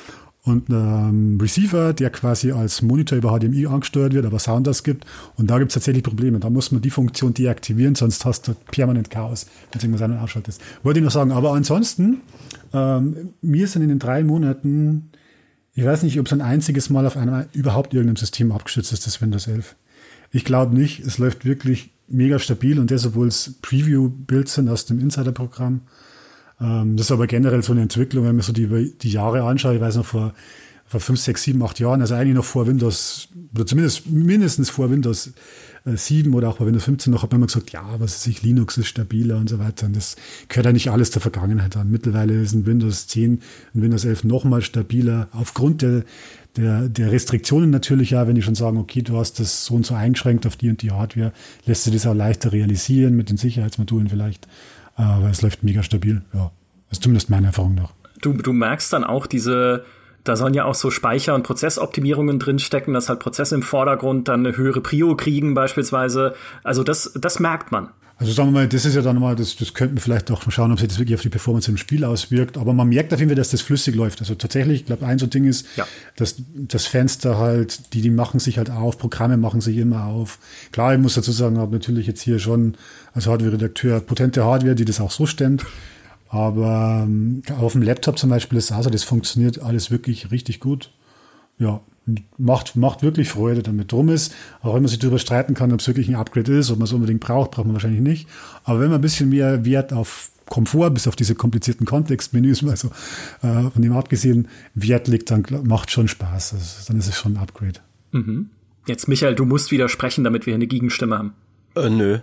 einem Receiver, der quasi als Monitor über HDMI angesteuert wird, aber Sounders gibt. Und da gibt's tatsächlich Probleme. Da muss man die Funktion deaktivieren, sonst hast du permanent Chaos, wenn du irgendwas an- und ausschaltest. Wollte ich noch sagen. Aber ansonsten, mir sind in den 3 Monaten, ich weiß nicht, ob es ein einziges Mal auf einem überhaupt irgendeinem System abgestürzt ist, das Windows 11. Ich glaube nicht. Es läuft wirklich mega stabil und das, obwohl es Preview-Builds sind aus dem Insider-Programm. Das ist aber generell so eine Entwicklung, wenn man so die Jahre anschaut, ich weiß noch vor 5, 6, 7, 8 Jahren, also eigentlich noch vor Windows, oder zumindest mindestens vor Windows 7 oder auch vor Windows 15 noch, hat man immer gesagt, ja, was weiß ich, Linux ist stabiler und so weiter. Und das gehört ja nicht alles der Vergangenheit an. Mittlerweile ist ein Windows 10 und Windows 11 noch mal stabiler, aufgrund der Restriktionen natürlich, ja, wenn die schon sagen, okay, du hast das so und so eingeschränkt auf die und die Hardware, lässt sich das auch leichter realisieren mit den Sicherheitsmodulen vielleicht. Aber es läuft mega stabil, ja. Das ist zumindest meine Erfahrung noch. Du merkst dann auch da sollen ja auch so Speicher- und Prozessoptimierungen drinstecken, dass halt Prozesse im Vordergrund dann eine höhere Prio kriegen beispielsweise. Also das merkt man. Also sagen wir mal, das ist ja dann mal, das könnten wir vielleicht auch schauen, ob sich das wirklich auf die Performance im Spiel auswirkt. Aber man merkt auf jeden Fall, dass das flüssig läuft. Also tatsächlich, ich glaube, ein so Ding ist, dass das Fenster halt, die machen sich halt auf, Programme machen sich immer auf. Klar, ich muss dazu sagen, habe natürlich jetzt hier schon als Hardware-Redakteur potente Hardware, die das auch so stemmt. Aber auf dem Laptop zum Beispiel ist also, das funktioniert alles wirklich richtig gut. Ja, macht wirklich Freude damit. Drum ist, auch wenn man sich darüber streiten kann, ob es wirklich ein Upgrade ist, ob man es unbedingt braucht man wahrscheinlich nicht. Aber wenn man ein bisschen mehr Wert auf Komfort, bis auf diese komplizierten Kontextmenüs, also von dem abgesehen, Wert legt, dann macht schon Spaß. Also, dann ist es schon ein Upgrade. Mhm. Jetzt, Michael, du musst widersprechen, damit wir hier eine Gegenstimme haben. Nö.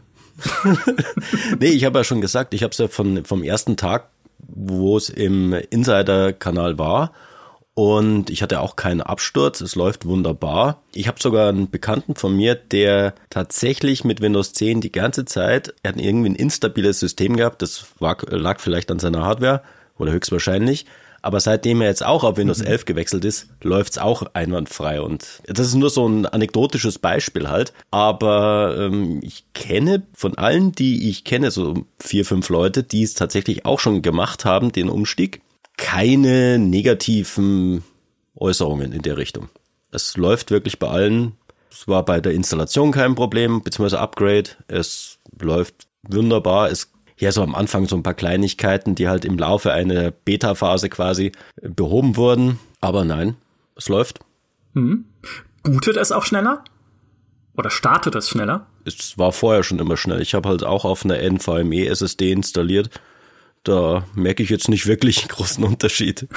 Nee, ich habe ja schon gesagt, ich habe es ja vom ersten Tag, wo es im Insider-Kanal war, und ich hatte auch keinen Absturz, es läuft wunderbar. Ich habe sogar einen Bekannten von mir, der tatsächlich mit Windows 10 die ganze Zeit, er hat irgendwie ein instabiles System gehabt, das lag vielleicht an seiner Hardware oder höchstwahrscheinlich, Aber seitdem er jetzt auch auf Windows 11 gewechselt ist, läuft's auch einwandfrei. Und das ist nur so ein anekdotisches Beispiel halt. Aber ich kenne von allen, die ich kenne, so 4, 5 Leute, die es tatsächlich auch schon gemacht haben, den Umstieg, keine negativen Äußerungen in der Richtung. Es läuft wirklich bei allen. Es war bei der Installation kein Problem, beziehungsweise Upgrade. Es läuft wunderbar. Es ja, so am Anfang so ein paar Kleinigkeiten, die halt im Laufe einer Beta-Phase quasi behoben wurden. Aber nein, es läuft. Bootet es auch schneller? Oder startet es schneller? Es war vorher schon immer schnell. Ich habe halt auch auf einer NVMe SSD installiert. Da merke ich jetzt nicht wirklich einen großen Unterschied.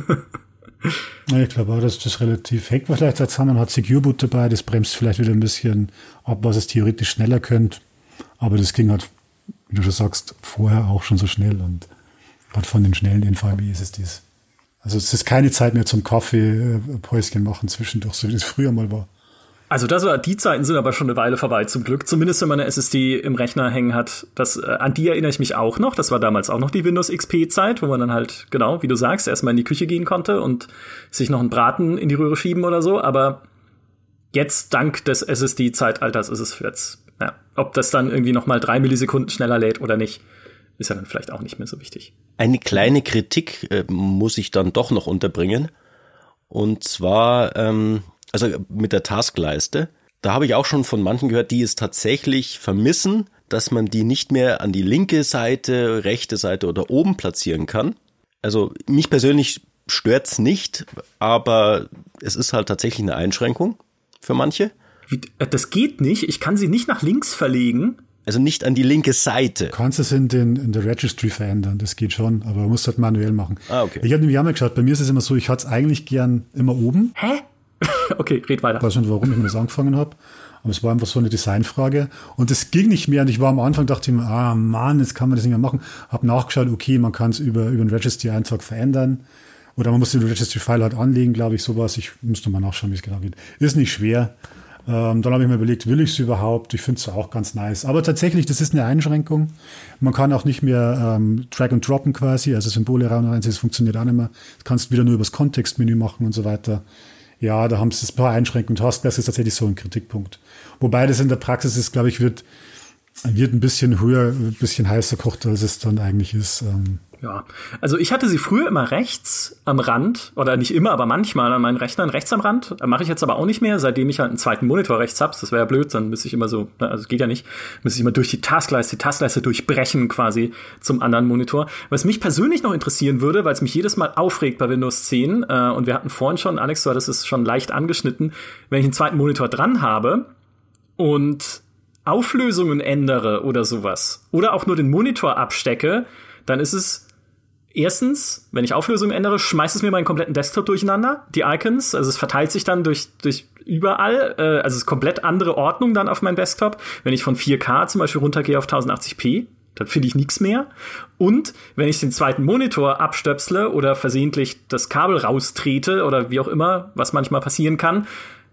Ja, ich glaube auch, dass das relativ hängt vielleicht zusammen. Man hat Secure Boot dabei, das bremst vielleicht wieder ein bisschen ab, was es theoretisch schneller könnte. Aber das ging halt, wie du schon sagst, vorher auch schon so schnell und hat von den schnellen NVMe-SSDs. Also es ist keine Zeit mehr zum Kaffee-Päuschen machen zwischendurch, so wie das früher mal war. Also die Zeiten sind aber schon eine Weile vorbei, zum Glück. Zumindest wenn man eine SSD im Rechner hängen hat. An die erinnere ich mich auch noch. Das war damals auch noch die Windows XP-Zeit, wo man dann halt, genau, wie du sagst, erstmal in die Küche gehen konnte und sich noch einen Braten in die Röhre schieben oder so. Aber jetzt, dank des SSD-Zeitalters, ist es jetzt, ja, ob das dann irgendwie noch mal 3 Millisekunden schneller lädt oder nicht, ist ja dann vielleicht auch nicht mehr so wichtig. Eine kleine Kritik muss ich dann doch noch unterbringen. Und zwar, also mit der Taskleiste. Da habe ich auch schon von manchen gehört, die es tatsächlich vermissen, dass man die nicht mehr an die linke Seite, rechte Seite oder oben platzieren kann. Also mich persönlich stört's nicht, aber es ist halt tatsächlich eine Einschränkung für manche. Das geht nicht. Ich kann sie nicht nach links verlegen. Also nicht an die linke Seite. Du kannst es in der Registry verändern, das geht schon, aber man muss das manuell machen. Okay. Ich habe nämlich auch mal geschaut, bei mir ist es immer so, ich hatte es eigentlich gern immer oben. Hä? Okay, red weiter. Ich weiß nicht, warum ich mir das angefangen habe, aber es war einfach so eine Designfrage und es ging nicht mehr und ich war am Anfang, dachte ich mir, Mann, jetzt kann man das nicht mehr machen. Habe nachgeschaut, okay, man kann es über einen Registry-Eintrag verändern oder man muss den Registry-File halt anlegen, glaube ich, sowas. Ich müsste mal nachschauen, wie es genau geht. Ist nicht schwer. Dann habe ich mir überlegt, will ich es überhaupt? Ich finde es auch ganz nice. Aber tatsächlich, das ist eine Einschränkung. Man kann auch nicht mehr Drag and Droppen quasi, also Symbole rein und rein, das funktioniert auch nicht mehr. Das kannst du wieder nur übers Kontextmenü machen und so weiter. Ja, da haben sie ein paar Einschränkungen. Das ist tatsächlich so ein Kritikpunkt. Wobei das in der Praxis ist, glaube ich, wird ein bisschen höher, ein bisschen heißer kocht, als es dann eigentlich ist. Ja, also ich hatte sie früher immer rechts am Rand, oder nicht immer, aber manchmal an meinen Rechnern rechts am Rand. Mache ich jetzt aber auch nicht mehr, seitdem ich halt einen zweiten Monitor rechts habe. Das wäre ja blöd, dann müsste ich immer so, also geht ja nicht, müsste ich immer durch die Taskleiste durchbrechen quasi zum anderen Monitor. Was mich persönlich noch interessieren würde, weil es mich jedes Mal aufregt bei Windows 10, und wir hatten vorhin schon, Alex, du hattest es schon leicht angeschnitten, wenn ich einen zweiten Monitor dran habe und Auflösungen ändere oder sowas, oder auch nur den Monitor abstecke, dann ist es erstens, wenn ich Auflösungen ändere, schmeißt es mir meinen kompletten Desktop durcheinander, die Icons, also es verteilt sich dann durch überall, also es ist komplett andere Ordnung dann auf meinem Desktop. Wenn ich von 4K zum Beispiel runtergehe auf 1080p, dann finde ich nichts mehr. Und wenn ich den zweiten Monitor abstöpsle oder versehentlich das Kabel raustrete oder wie auch immer, was manchmal passieren kann,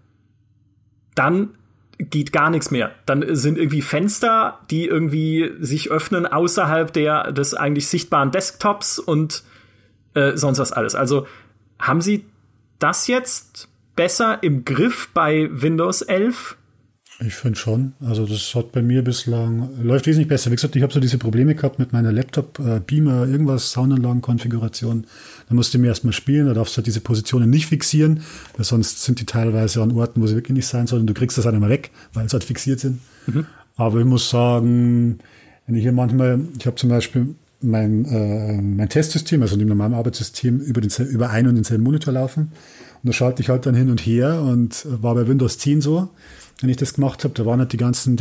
dann geht gar nichts mehr. Dann sind irgendwie Fenster, die irgendwie sich öffnen außerhalb des eigentlich sichtbaren Desktops und sonst was alles. Also haben Sie das jetzt besser im Griff bei Windows 11? Ich finde schon. Also das hat bei mir bislang, läuft wesentlich besser. Wie gesagt, ich habe so diese Probleme gehabt mit meiner Laptop-Beamer, irgendwas, Soundanlagen-Konfiguration. Da musste ich mir erstmal spielen, da darfst du halt diese Positionen nicht fixieren, weil sonst sind die teilweise an Orten, wo sie wirklich nicht sein sollen. Du kriegst das halt immer weg, weil sie halt fixiert sind. Mhm. Aber ich muss sagen, wenn ich hier manchmal, ich habe zum Beispiel mein Testsystem, also in dem normalen Arbeitssystem, über einen und denselben Monitor laufen. Und da schalte ich halt dann hin und her und war bei Windows 10 so. Wenn ich das gemacht habe, da waren halt die ganzen,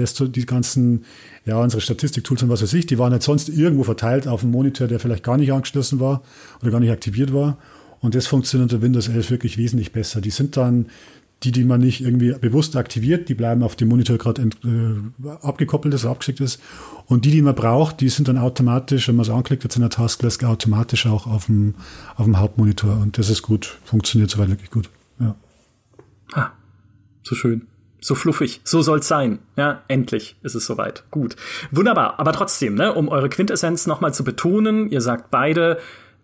ja, unsere Statistik-Tools und was weiß ich, die waren halt sonst irgendwo verteilt auf einem Monitor, der vielleicht gar nicht angeschlossen war oder gar nicht aktiviert war. Und das funktioniert unter Windows 11 wirklich wesentlich besser. Die sind dann, die man nicht irgendwie bewusst aktiviert, die bleiben auf dem Monitor gerade abgekoppelt ist, abgeschickt ist. Und die man braucht, die sind dann automatisch, wenn man es anklickt, jetzt in der Taskleiste automatisch auch auf dem Hauptmonitor. Und das ist gut, funktioniert soweit wirklich gut. Ja. Ah, so schön. So fluffig, so soll's sein. Ja, endlich ist es soweit. Gut. Wunderbar. Aber trotzdem, ne, um eure Quintessenz nochmal zu betonen, ihr sagt beide,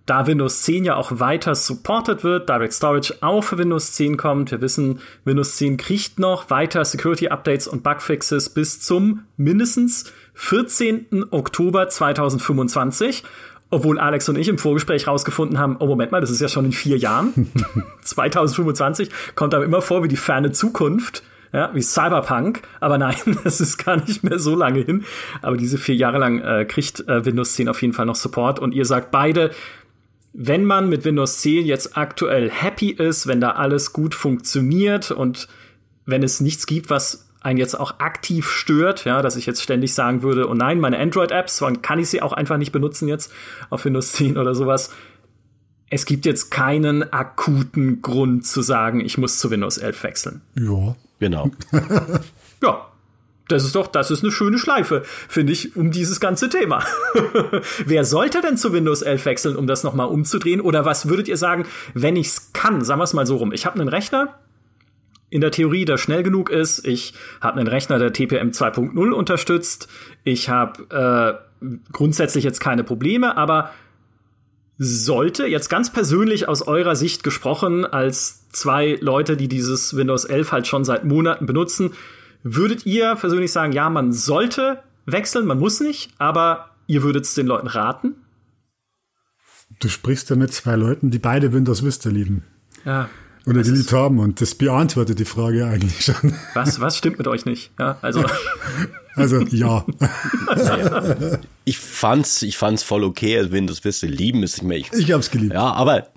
da Windows 10 ja auch weiter supported wird, Direct Storage auch für Windows 10 kommt. Wir wissen, Windows 10 kriegt noch weiter Security-Updates und Bugfixes bis zum mindestens 14. Oktober 2025. Obwohl Alex und ich im Vorgespräch rausgefunden haben, oh Moment mal, das ist ja schon in 4 Jahren. 2025 kommt aber immer vor wie die ferne Zukunft. Ja, wie Cyberpunk, aber nein, das ist gar nicht mehr so lange hin. Aber diese 4 Jahre lang kriegt Windows 10 auf jeden Fall noch Support. Und ihr sagt beide, wenn man mit Windows 10 jetzt aktuell happy ist, wenn da alles gut funktioniert und wenn es nichts gibt, was einen jetzt auch aktiv stört, ja, dass ich jetzt ständig sagen würde, oh nein, meine Android-Apps, dann kann ich sie auch einfach nicht benutzen jetzt auf Windows 10 oder sowas. Es gibt jetzt keinen akuten Grund zu sagen, ich muss zu Windows 11 wechseln. Ja. Genau. Ja, das ist eine schöne Schleife, finde ich, um dieses ganze Thema. Wer sollte denn zu Windows 11 wechseln, um das nochmal umzudrehen? Oder was würdet ihr sagen, wenn ich's kann? Sagen wir es mal so rum. Ich habe einen Rechner, in der Theorie, der schnell genug ist. Ich habe einen Rechner, der TPM 2.0 unterstützt. Ich habe grundsätzlich jetzt keine Probleme, aber sollte, jetzt ganz persönlich aus eurer Sicht gesprochen, als 2 Leute, die dieses Windows 11 halt schon seit Monaten benutzen, würdet ihr persönlich sagen, ja, man sollte wechseln, man muss nicht, aber ihr würdet es den Leuten raten? Du sprichst ja mit 2 Leuten, die beide Windows Vista lieben. Ja. Oder geliebt haben, und das beantwortet die Frage eigentlich schon. Was stimmt mit euch nicht? Ja, also ja. Ich fand's voll okay, also Windows Vista lieben ist nicht mehr. Ich hab's geliebt. Ja, aber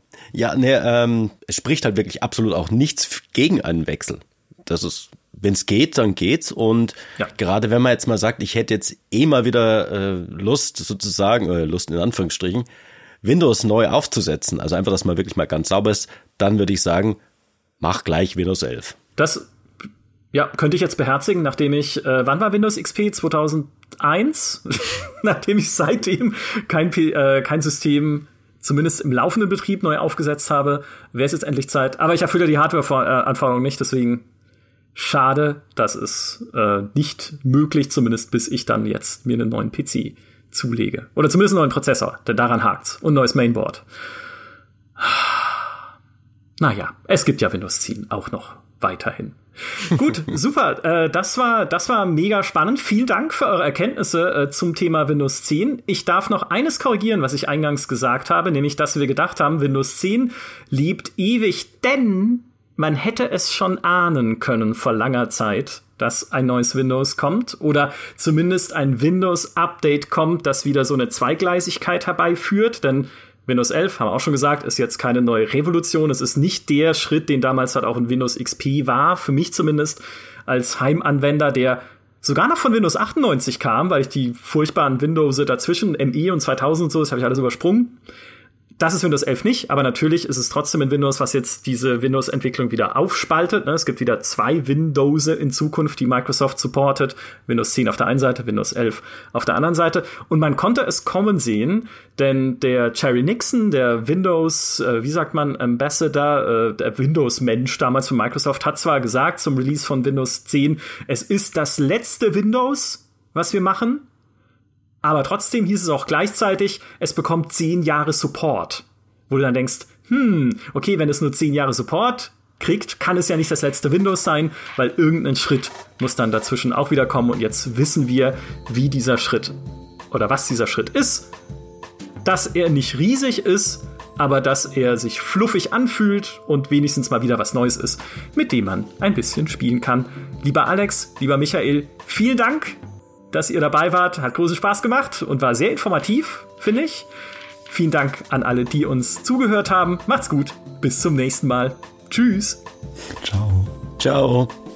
es spricht halt wirklich absolut auch nichts gegen einen Wechsel. Das ist, wenn's geht, dann geht's. Und gerade wenn man jetzt mal sagt, ich hätte jetzt mal wieder Lust sozusagen, Lust in Anführungsstrichen, Windows neu aufzusetzen, also einfach, dass man wirklich mal ganz sauber ist, dann würde ich sagen, mach gleich Windows 11. Das könnte ich jetzt beherzigen, nachdem ich, wann war Windows XP? 2001? Nachdem ich seitdem kein System, zumindest im laufenden Betrieb, neu aufgesetzt habe, wäre es jetzt endlich Zeit. Aber ich erfülle die Hardware-Anforderungen nicht, deswegen schade, das ist nicht möglich, zumindest bis ich dann jetzt mir einen neuen PC zulege. Oder zumindest einen neuen Prozessor, denn daran hakt's. Und ein neues Mainboard. Naja, es gibt ja Windows 10 auch noch weiterhin. Gut, super. Das war mega spannend. Vielen Dank für eure Erkenntnisse zum Thema Windows 10. Ich darf noch eines korrigieren, was ich eingangs gesagt habe, nämlich, dass wir gedacht haben, Windows 10 lebt ewig, denn man hätte es schon ahnen können vor langer Zeit, dass ein neues Windows kommt oder zumindest ein Windows-Update kommt, das wieder so eine Zweigleisigkeit herbeiführt, denn Windows 11, haben wir auch schon gesagt, ist jetzt keine neue Revolution. Es ist nicht der Schritt, den damals halt auch in Windows XP war, für mich zumindest als Heimanwender, der sogar noch von Windows 98 kam, weil ich die furchtbaren Windows dazwischen, ME und 2000 und so, das habe ich alles übersprungen. Das ist Windows 11 nicht, aber natürlich ist es trotzdem ein Windows, was jetzt diese Windows-Entwicklung wieder aufspaltet. Es gibt wieder 2 Windows in Zukunft, die Microsoft supportet. Windows 10 auf der einen Seite, Windows 11 auf der anderen Seite. Und man konnte es kommen sehen, denn der Cherry Nixon, der Windows, Ambassador, der Windows-Mensch damals von Microsoft, hat zwar gesagt zum Release von Windows 10, es ist das letzte Windows, was wir machen, aber trotzdem hieß es auch gleichzeitig, es bekommt 10 Jahre Support. Wo du dann denkst, okay, wenn es nur 10 Jahre Support kriegt, kann es ja nicht das letzte Windows sein, weil irgendein Schritt muss dann dazwischen auch wieder kommen. Und jetzt wissen wir, wie dieser Schritt oder was dieser Schritt ist. Dass er nicht riesig ist, aber dass er sich fluffig anfühlt und wenigstens mal wieder was Neues ist, mit dem man ein bisschen spielen kann. Lieber Alex, lieber Michael, vielen Dank, dass ihr dabei wart. Hat großen Spaß gemacht und war sehr informativ, finde ich. Vielen Dank an alle, die uns zugehört haben. Macht's gut. Bis zum nächsten Mal. Tschüss. Ciao. Ciao.